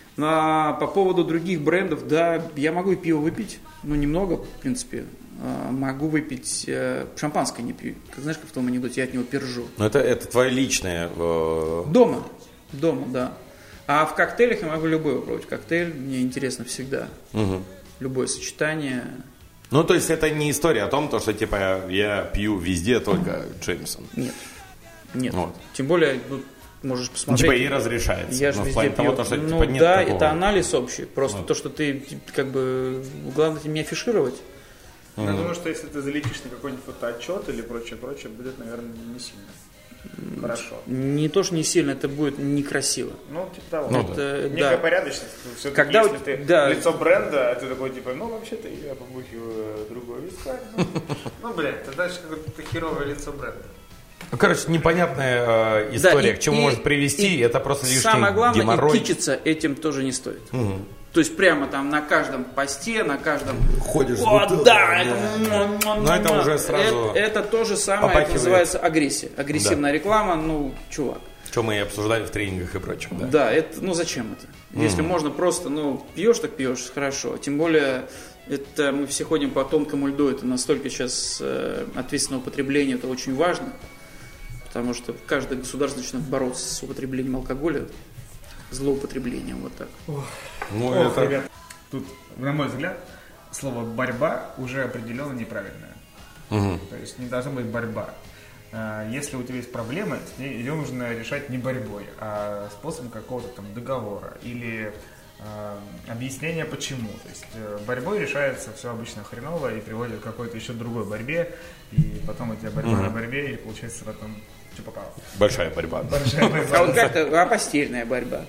А по поводу других брендов, да, я могу и пиво выпить, ну, немного, в принципе. Могу выпить, шампанское не пью. Как знаешь, как в том анекдоте, я от него пержу. Но это, это твое личное... Э... Дома. Дома, да. А в коктейлях я могу любой попробовать. Коктейль мне интересно всегда. Угу. Любое сочетание. Ну, то есть это не история о том, что типа я пью везде только Джеймсон. Нет. Нет. Вот. Тем более, ну, можешь посмотреть. Ну, типа и разрешается. Я же везде плане пью. того, то, что, ну типа, нет да, такого. это анализ общий. Просто вот. То, что ты как бы главное не афишировать. Mm-hmm. Я думаю, что если ты залетишь на какой-нибудь фотоотчет или прочее, прочее, будет, наверное, не сильно хорошо. Не то, что не сильно, это будет некрасиво. Ну, типа того. Ну, это, да. Некая да. порядочность. Все-таки, Когда если ты да. лицо бренда, ты такой, типа, ну, вообще-то я побухиваю другой вискарь. Ну, блядь, ты знаешь, какое-то херовое лицо бренда. Ну, короче, непонятная э, история, да, и, к чему и, может привести, и это просто лишний самое главное, геморрой. и кичиться этим тоже не стоит. Угу. То есть прямо там на каждом посте, на каждом... Ходишь. О, вот да! это, да. Но это уже сразу... Это, это то же самое, это называется агрессия. Агрессивная да. реклама, ну, чувак. Что мы и обсуждали в тренингах и прочем, да? Да, это, ну зачем это? Если угу. можно просто, ну, пьешь, так пьешь, хорошо. Тем более, это мы все ходим по тонкому льду, это настолько сейчас э, ответственное употребление, это очень важно. Потому что каждое государство начинает бороться с употреблением алкоголя, злоупотреблением, вот так. Ох, ну, Ох это... ребят, тут, на мой взгляд, слово «борьба» уже определенно неправильное. Угу. То есть не должна быть борьба. Если у тебя есть проблемы, ее нужно решать не борьбой, а способом какого-то там договора или э, объяснения почему. То есть э, борьбой решается все обычно хреново и приводит к какой-то еще другой борьбе, и потом у тебя борьба угу. на борьбе, и получается потом что попало. Большая борьба. Большая борьба. А вот как-то, а постельная борьба?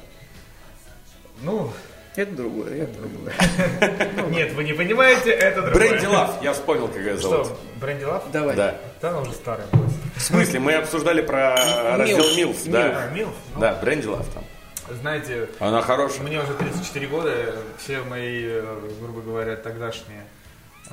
Ну... Это другое. Это другое. Нет, вы не понимаете, это другое. Бренди Лав, я вспомнил, как ее зовут. Что, Бренди Лав? Давай. Да. Да, она уже старая будет. В смысле, мы обсуждали про раздел Милф, да. А, Милф? Ну, да, Бренди Лав там. Знаете, она хорошая. Мне уже тридцать четыре года, все мои, грубо говоря, тогдашние э,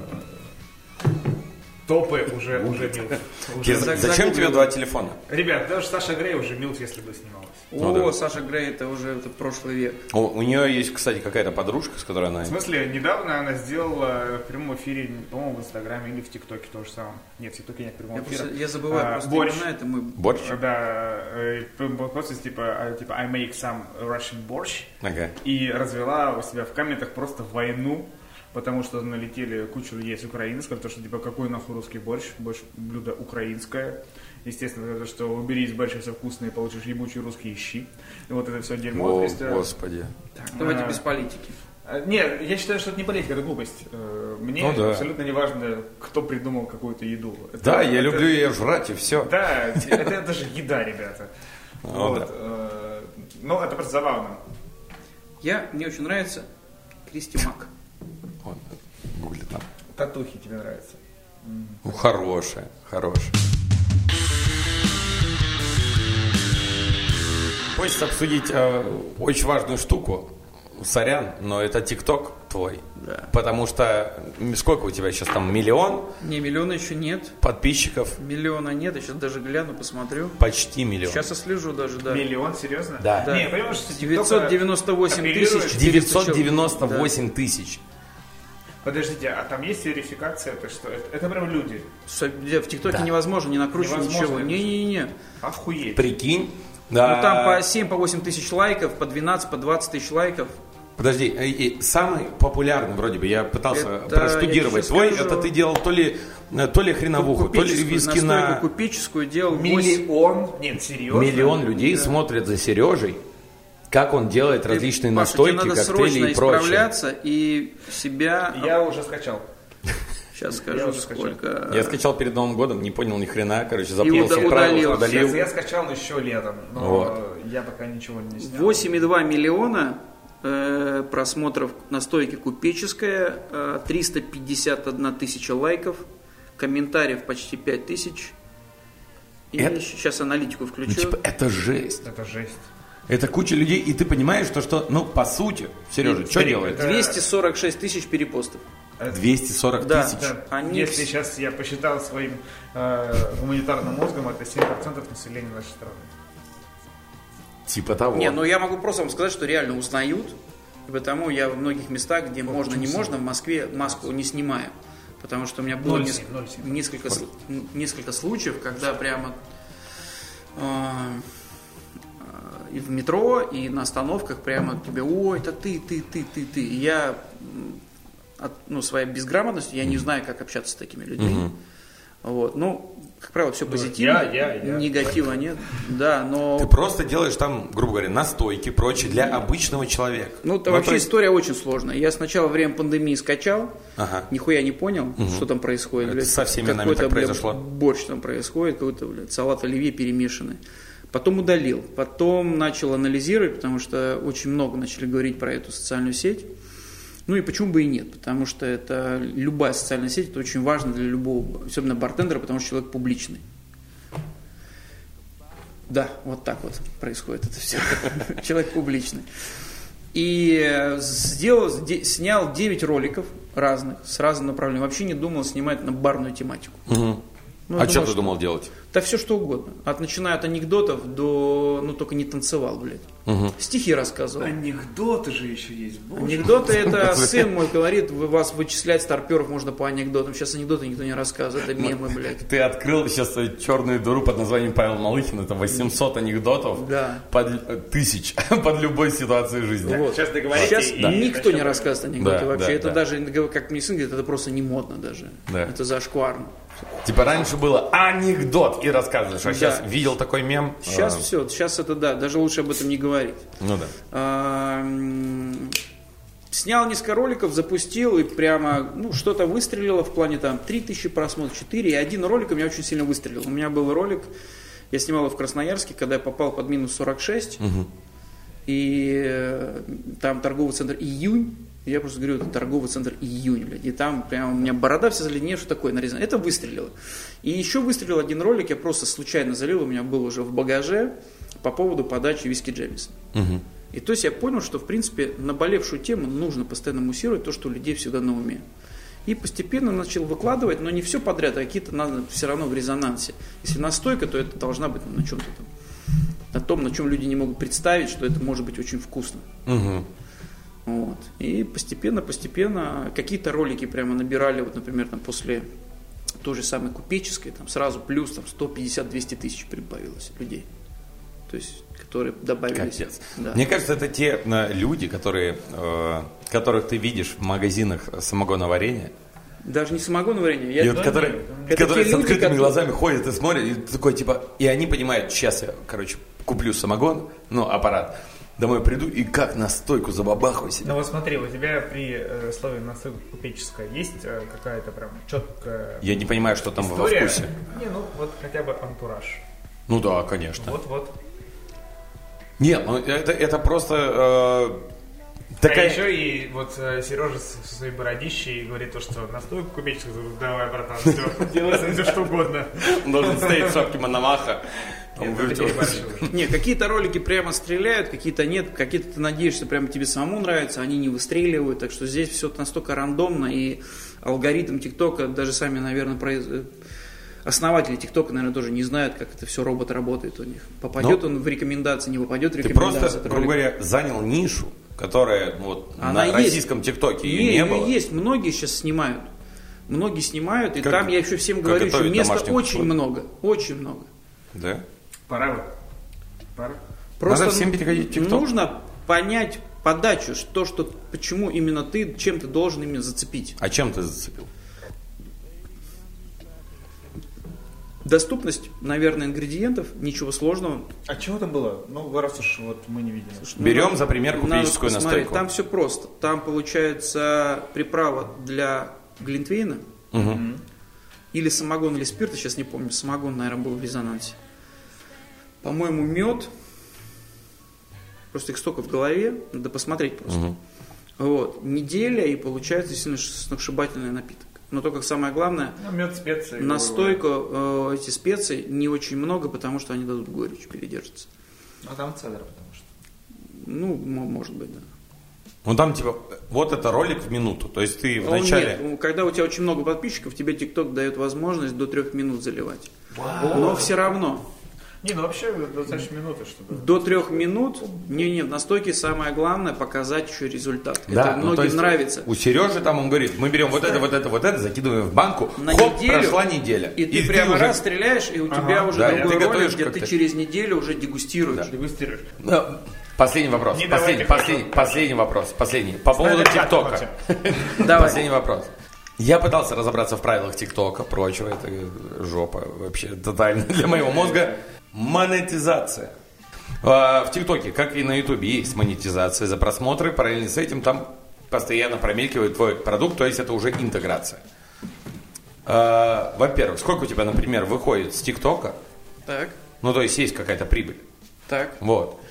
топы уже, уже Милф. Уже Зачем тебе два телефона? Ребят, даже Саша Грей уже Милф, если бы снималась. О, ну, да. Саша Грей, это уже это прошлый век. У, у нее есть, кстати, какая-то подружка, с которой она... В смысле, недавно она сделала в прямом эфире, по-моему, в Инстаграме или в ТикТоке то же самое. Нет, в ТикТоке нет прямого эфира. Я, я забываю а, просто борщ. имена, это мы... Борщ? Да, просто типа, типа I make some Russian борщ. Ага. И развела у себя в комментах просто войну, потому что налетели кучу людей с Украины, сказали, что типа какой нахуй русский борщ, борщ блюдо украинское. Естественно, что убери из борща все вкусное, получишь ебучий русский щи. И вот это все дерьмо. О, есть, господи. Так, давайте а, без политики. Нет, я считаю, что это не политика, это глупость. Мне ну, да. абсолютно не важно, кто придумал какую-то еду. Это, да, я это, люблю ее жрать, и все. Да, это, это даже еда, ребята. Вот. Да. Ну, это просто забавно. Я, мне очень нравится Кристи Мак. Вот, гуглит нам. татухи тебе нравятся? Ну, хорошая, хорошая. Хочется обсудить э, очень важную штуку. Сорян, но это ТикТок твой. Да. Потому что сколько у тебя сейчас там, миллион Не, миллиона еще нет. подписчиков? Миллиона нет, я сейчас даже гляну, посмотрю. Почти миллион. Сейчас я слежу даже, да. Миллион, серьезно? Да. Да. Не, я понимаю, что девятьсот девяносто восемь тысяч. девятьсот девяносто восемь тысяч. Подождите, а там есть верификация? Это что? Это, это прям люди. В ТикТоке Да. невозможно, не накручивать Невозможно. ничего. Не-не-не. Охуеть. Прикинь. Да. Ну там по семь, по восемь тысяч лайков, по двенадцать, по двадцать тысяч лайков. Подожди, и, и самый популярный, вроде бы, я пытался Это, проштудировать я твой, скажу, это ты делал то ли, то ли хреновуху, то ли Купеческую, виски настойку на... купеческую делал восемь. Миллион? Нет, серьезно? Миллион людей Да. смотрят за Сережей, как он делает различные Паша, настойки, тебе надо коктейли срочно и прочее. исправляться и себя... Я уже скачал. Сейчас Я скажу, уже скачал. сколько... Я скачал перед Новым годом, не понял ни хрена, короче, И запутался в удалил. правилах, удалил. Сейчас я скачал еще летом, но Вот. я пока ничего не снял. восемь и два миллиона э, просмотров настойки купеческая, э, триста пятьдесят одна тысяча лайков, комментариев почти пять тысяч. И Это- сейчас аналитику Ну, включу. типа, это жесть. Это жесть. Это куча людей, и ты понимаешь, что, что ну, по сути, Сережа, что смотри, делает? это- двести сорок шесть тысяч перепостов. двести сорок Да. тысяч. Да, Они Если вс- сейчас я посчитал своим э, гуманитарным мозгом, это семь процентов населения нашей страны. Типа того. Не, ну я могу просто вам сказать, что реально узнают, и потому я в многих местах, где можно, не можно, в Москве маску не снимаю. Потому что у меня было ноль неск- семь, ноль семь. несколько, сл- н- несколько случаев, когда прямо э, э, и в метро, и на остановках прямо тебе, ой, это ты, ты, ты, ты, ты. И я, м, от, ну, своей безграмотностью, я не знаю, как общаться с такими людьми. Вот. Ну, как правило, все позитивно, я, я, я. негатива нет. Да, но... Ты просто делаешь там, грубо говоря, настойки, прочее, для обычного человека. Ну, это Ну, вообще то есть- история очень сложная. Я сначала во время пандемии скачал, Ага. нихуя не понял, что там происходит. Это блядь. со всеми нами Какой-то, так блядь, произошло. борщ там происходит, какой-то, блядь, салат оливье перемешанный. Потом удалил. Потом начал анализировать, потому что очень много начали говорить про эту социальную сеть. Ну и почему бы и нет, потому что это любая социальная сеть, это очень важно для любого, особенно бартендера, потому что человек публичный. Да, вот так вот происходит это все. Человек публичный. И сделал, сде- снял девять роликов разных, с разным направлением. Вообще не думал снимать на барную тематику. Мгм. Ну, а я что думал, ты что- думал делать? Да все что угодно. От, начиная от анекдотов до, ну только не танцевал, блядь. Мгм. Стихи рассказывал. Анекдоты же еще есть. Боже. Анекдоты, это сын мой говорит, вы вас вычислять старперов можно по анекдотам. Сейчас анекдоты никто не рассказывает, это мемы, блядь. Ты открыл сейчас свою черную дыру под названием Павел Малыхин. Это восемьсот анекдотов Да. под э, тысяч под любой ситуацией жизни. Вот. Сейчас договоритесь. Сейчас и никто не начнем. рассказывает анекдоты Да, вообще. да, это да. даже, как мне сын говорит, это просто не модно даже. Да. Это зашкварно. Типа раньше было анекдот и рассказываешь, а Да. сейчас видел такой мем. Сейчас а, все, сейчас это да, даже лучше об этом не говорить. Ну да. А, м, Снял несколько роликов, запустил и прямо, ну, что-то выстрелило в плане там три тысячи просмотров, четыре, и один ролик у меня очень сильно выстрелил. У меня был ролик, я снимал его в Красноярске, когда я попал под минус сорок шесть, и э, там торговый центр «Июнь», я просто говорю, это торговый центр «Июнь», блядь, и там прям у меня борода вся заледнее, что такое нарезано. Это выстрелило. И еще выстрелил один ролик, я просто случайно залил, у меня был уже в багаже по поводу подачи виски Джемисон. Мгм. И то есть я понял, что в принципе наболевшую тему нужно постоянно муссировать то, что у людей всегда на уме. И постепенно начал выкладывать, но не все подряд, а какие-то надо все равно в резонансе. Если настойка, то это должна быть на чем-то там, на том, на чем люди не могут представить, что это может быть очень вкусно. Мгм. Вот. И постепенно, постепенно какие-то ролики прямо набирали, вот, например, там после той же самой купеческой, там сразу плюс там сто пятьдесят - двести тысяч прибавилось людей. То есть, которые добавились. Капец. Да. Мне кажется, это те э, люди, которые, э, которых ты видишь в магазинах самогоноварения, Даже не самогоноварение. Я и вот которые, Это которые те с люди, открытыми которые- глазами ходят и смотрят, и ты такой, типа, и они понимают, сейчас я, короче, куплю самогон, ну, аппарат, домой приду и как на стойку забабахаю себя. Ну вот смотри, у тебя при э, слове настойка купеческая есть э, какая-то прям четкая Я не понимаю, что там история? во вкусе. Не, ну вот хотя бы антураж. Ну да, конечно. Вот-вот. Нет, ну это, это просто э, Такая... А еще и вот э, Сережа со своей бородищей говорит то, что настойку купеческую зовут, давай, братан, все, делай все что угодно. Должен стоять в шапке Мономаха. Не, какие-то ролики прямо стреляют, какие-то нет, какие-то ты надеешься, прямо тебе самому нравятся, они не выстреливают, так что здесь все настолько рандомно, и алгоритм ТикТока, даже сами, наверное, произ... основатели ТикТока, наверное, тоже не знают, как это все робот работает у них. Попадет Но он в рекомендации, не попадет в рекомендации. Ты просто, грубо говоря, занял нишу, которая вот Она на есть. российском ТикТоке не, ее не было. Есть, многие сейчас снимают. Многие снимают, и как, там я еще всем говорю, еще места очень вкус? много, очень много. Да? Пора бы. Пора. Просто Надо всем переходить в ТикТок. нужно понять подачу, что, что, почему именно ты, чем ты должен именно зацепить. А чем ты зацепил? Доступность, наверное, ингредиентов, ничего сложного. А чего там было? Ну, раз уж вот мы не видели. Слушай, Берем ну, за пример купеческую настойку. Там все просто. Там получается приправа для глинтвейна. Угу. Или самогон, или спирт, я сейчас не помню. Самогон, наверное, был в резонансе. По-моему, мед. Просто их столько в голове, надо посмотреть просто. Угу. Вот. Неделя, и получается действительно сногсшибательный напиток. Но только самое главное, ну, мед, специи, настойку, э, эти специи не очень много, потому что они дадут горечь, передержатся. А там цедр, потому что. Ну, м- может быть, да. Ну там типа, вот это ролик в минуту, то есть ты Он вначале... Нет, когда у тебя очень много подписчиков, тебе ТикТок дает возможность до трех минут заливать. Вау. Но все равно. Не, ну вообще достаточно минуты, чтобы... До трех минут, не-не, в настойке самое главное показать еще результат. Да, это ну, многим то есть нравится. У Сережи там он говорит, мы берем вот это, вот это, вот это, закидываем в банку, На хоп, неделю, прошла неделя. И, и ты прямо уже... раз стреляешь, и у ага, тебя уже да, другой ты ролик, где как-то. ты через неделю уже дегустируешь. Да. Дегустируешь. Да. Последний вопрос. Не Последний, давайте последний, хорошо. последний вопрос. Последний. По поводу Ставь ТикТока. Давай. Последний вопрос. Я пытался разобраться в правилах ТикТока, прочего. Это жопа вообще тотально для моего мозга. Монетизация. В ТикТоке, как и на Ютубе, есть монетизация за просмотры. Параллельно с этим там постоянно промелькивает твой продукт, то есть это уже интеграция. Во-первых, сколько у тебя, например, выходит с ТикТока? Так, Ну, то есть есть какая-то прибыль. так. Вот.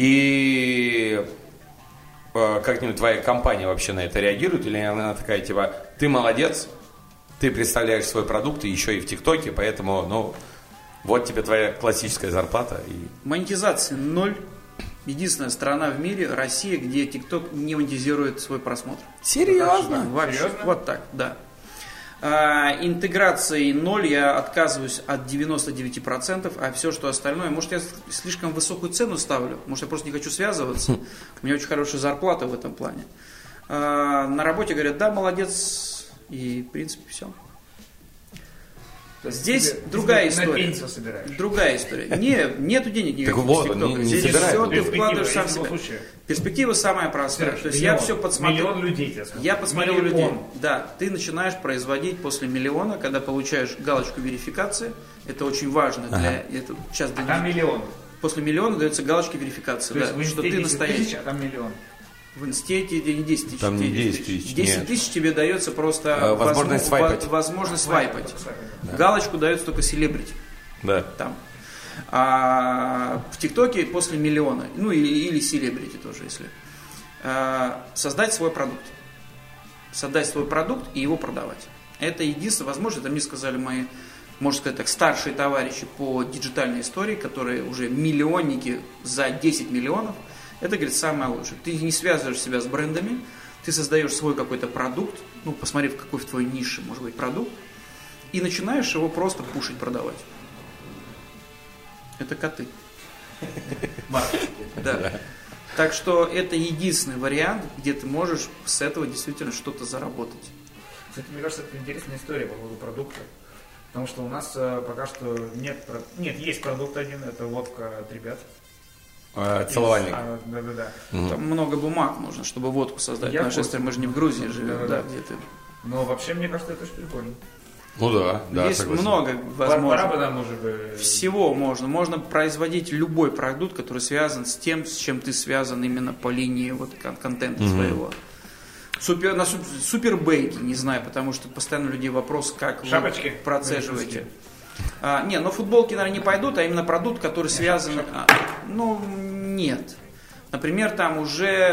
И э, как-нибудь твоя компания вообще на это реагирует? Или она такая, типа, ты молодец, ты представляешь свой продукт и еще и в ТикТоке, поэтому, ну, вот тебе твоя классическая зарплата. И... Монетизация ноль. Единственная страна в мире, Россия, где ТикТок не монетизирует свой просмотр. Серьезно? Вообще. Серьезно? Вот так, да. А, интеграции ноль, я отказываюсь от девяноста девяти процентов, а все, что остальное, может, я слишком высокую цену ставлю, может, я просто не хочу связываться. У меня очень хорошая зарплата в этом плане. А, на работе говорят, да, молодец, и, в принципе, все. Здесь тебе, другая ты история. На пенсию собираешь. Другая история. Не, нету денег никаких. Так вот, из ТикТока. не- не Здесь собирай. все ты Перспектива, вкладываешь сам в если в себя. случае. Перспектива самая простая. Сереж, То есть миллион. я все подсмотрел. Миллион людей тебе скажу. Я посмотрел Миллион. людей. Да, ты начинаешь производить после миллиона, когда получаешь галочку верификации. Это очень важно для. Это сейчас для А там миллион. После миллиона дается галочка верификации, То да, есть в что инсте ты десять тысяч, настоящий. а там миллион. В инстите не десять тысяч. Там не тебе десять тысяч, десять нет. тысяч тебе дается просто Э, возможность возмо- свайпать. во- возможность свайпать. Да. Галочку дается только селебрити. Да. Там. А в ТикТоке после миллиона, ну или, или селебрити тоже, если. А, создать свой продукт. Создать свой продукт и его продавать. Это единственное возможно, это мне сказали мои, можно сказать так, старшие товарищи по диджитальной истории, которые уже миллионники за десять миллионов. Это, говорит, самое лучшее. Ты не связываешь себя с брендами, ты создаешь свой какой-то продукт, ну, посмотрев, какой в твоей нише может быть продукт, и начинаешь его просто пушить, продавать. Это коты. Да. Так что это единственный вариант, где ты можешь с этого действительно что-то заработать. Кстати, мне кажется, это интересная история по поводу продукта. Потому что у нас э, пока что нет... про- Нет, есть продукт один, это водка от ребят. Э, Целовальник. А, Да-да-да. Там много бумаг нужно, чтобы водку создать. Я Потому что понял. мы же не в Грузии живем, Да-да-да. да, где ты. Но вообще, мне кажется, это очень прикольно. Ну да, да, Есть согласен. много Пора бы возможностей. нам уже бы... Всего можно. Можно производить любой продукт, который связан с тем, с чем ты связан именно по линии вот, кон- контента Мгм. своего. Супер, на суп- супербейки, не знаю, потому что постоянно у людей вопрос, как Шапочки? вы процеживаете. А, не, но футболки, наверное, не пойдут, а именно продукт, который связан... а, ну, нет. Например, там уже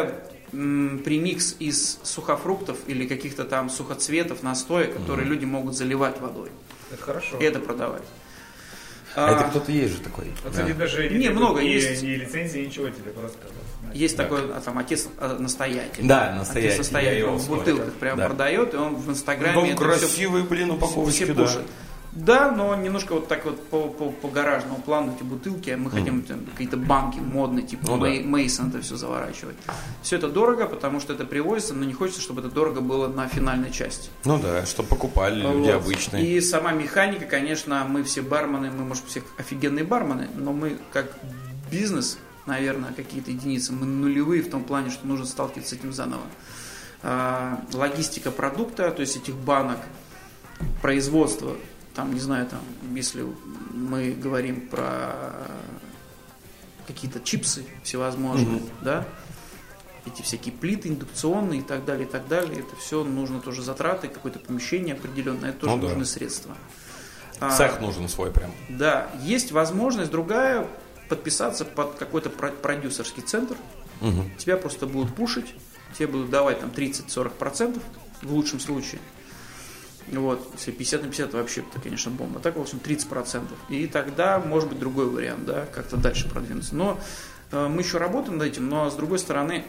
м, премикс из сухофруктов или каких-то там сухоцветов, настоя, которые mm-hmm. люди могут заливать водой. Это хорошо. И это продавать. А, а это кто-то есть же такой. А, кстати, да. даже не, много ни, есть. Ни лицензии, ничего тебе просто. Есть да. такой а, там отец настоятель. Да, настоятель. Отец настоятель он в бутылках прям да. продает, и он в Инстаграме. Ну, красивые, все, блин, упаковочки, все да. пушит. Да, но немножко вот так вот по, по, по гаражному плану эти бутылки, мы mm. хотим там, какие-то банки модные, типа ну, Мей, да. Мейсон это все заворачивать. Все это дорого, потому что это привозится, но не хочется, чтобы это дорого было на финальной части. Ну да, чтобы покупали вот. Люди обычные. И сама механика, конечно, мы все бармены, мы, может, все офигенные бармены, но мы как бизнес, наверное, какие-то единицы, мы нулевые в том плане, что нужно сталкиваться с этим заново. А, логистика продукта, то есть этих банок, производство. Там, не знаю, там, если мы говорим про какие-то чипсы всевозможные, mm-hmm. да, эти всякие плиты индукционные и так далее, и так далее, это все нужно тоже затраты, какое-то помещение определенное, это тоже ну, нужны да. средства. Цех а, нужен свой прям. Да, есть возможность другая подписаться под какой-то продюсерский центр, угу. тебя просто будут пушить, тебе будут давать там тридцать-сорок процентов в лучшем случае. Вот, если пятьдесят на пятьдесят вообще, это, конечно, бомба. Так, в общем, тридцать процентов. И тогда, может быть, другой вариант, да, как-то дальше продвинуться. Но э, мы еще работаем над этим, но, с другой стороны,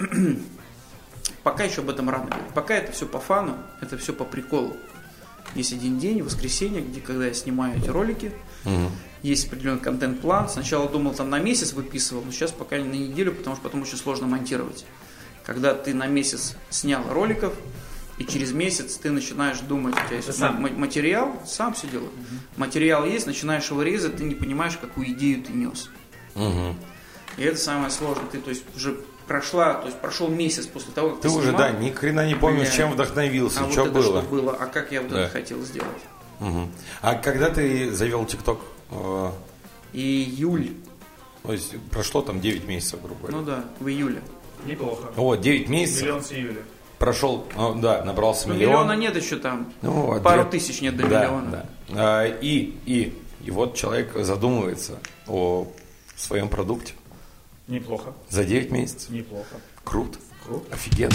пока еще об этом рано говорить. Пока это все по фану, это все по приколу. Есть один день, воскресенье, где, когда я снимаю эти ролики, угу. есть определенный контент-план. Сначала думал, там на месяц выписывал, но сейчас пока на неделю, потому что потом очень сложно монтировать. Когда ты на месяц снял роликов, и через месяц ты начинаешь думать, у тебя есть сам. материал, сам все делаю. Угу. Материал есть, начинаешь его резать, ты не понимаешь, какую идею ты нес. Угу. И это самое сложное. Ты, то есть, уже прошла, то есть прошел месяц после того, как ты, ты уже, снимал, да, ни хрена не помнишь, бля, чем вдохновился, а что вот было. Это что было, а как я вот да. это хотел сделать. Угу. А когда ты завел ТикТок? Э... Июль. То есть прошло там девять месяцев, грубо говоря. Ну да, в июле. Неплохо. Вот, девять месяцев. Миллион с июля. Прошел, ну, да, набрался ну, миллион. Миллиона нет еще там, ну, вот, пару две... тысяч нет до да, миллиона. Да. А, и, и, и вот человек задумывается о своем продукте. Неплохо. За девять месяцев. Неплохо. Круто. Круто. Офигенно.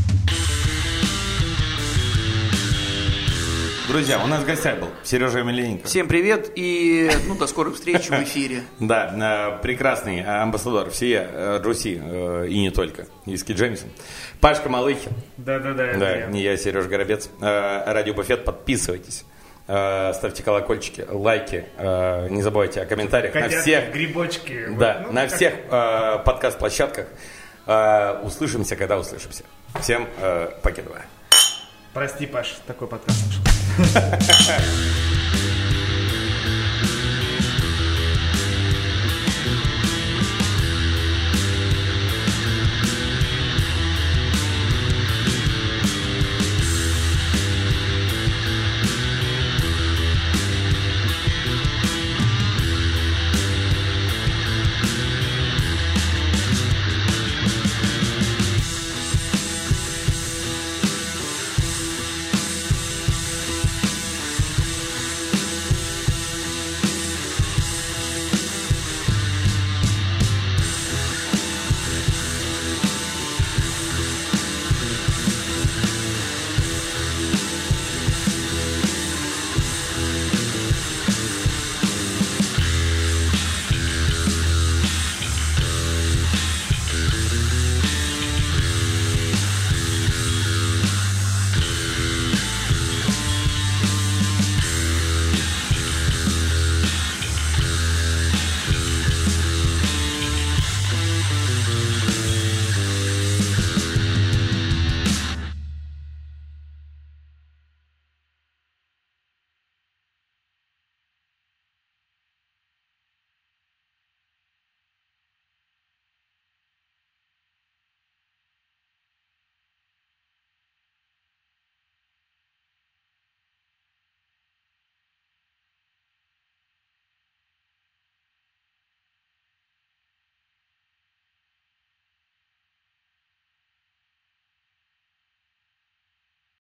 Друзья, у нас в гостях был Сережа Емельяненко. Всем привет и ну, до скорых встреч в эфире. Да, прекрасный амбассадор всей Руси и не только. Виски Джеймсон. Пашка Малыхин. Да-да-да. Да, не я, Сережа Горобец. Радио Буфет, подписывайтесь. Ставьте колокольчики, лайки, не забывайте о комментариях. Котятки, на всех грибочки. Да, ну, на как... всех подкаст-площадках. Услышимся, когда услышимся. Всем покедова. Прости, Паш, такой подкаст слышал.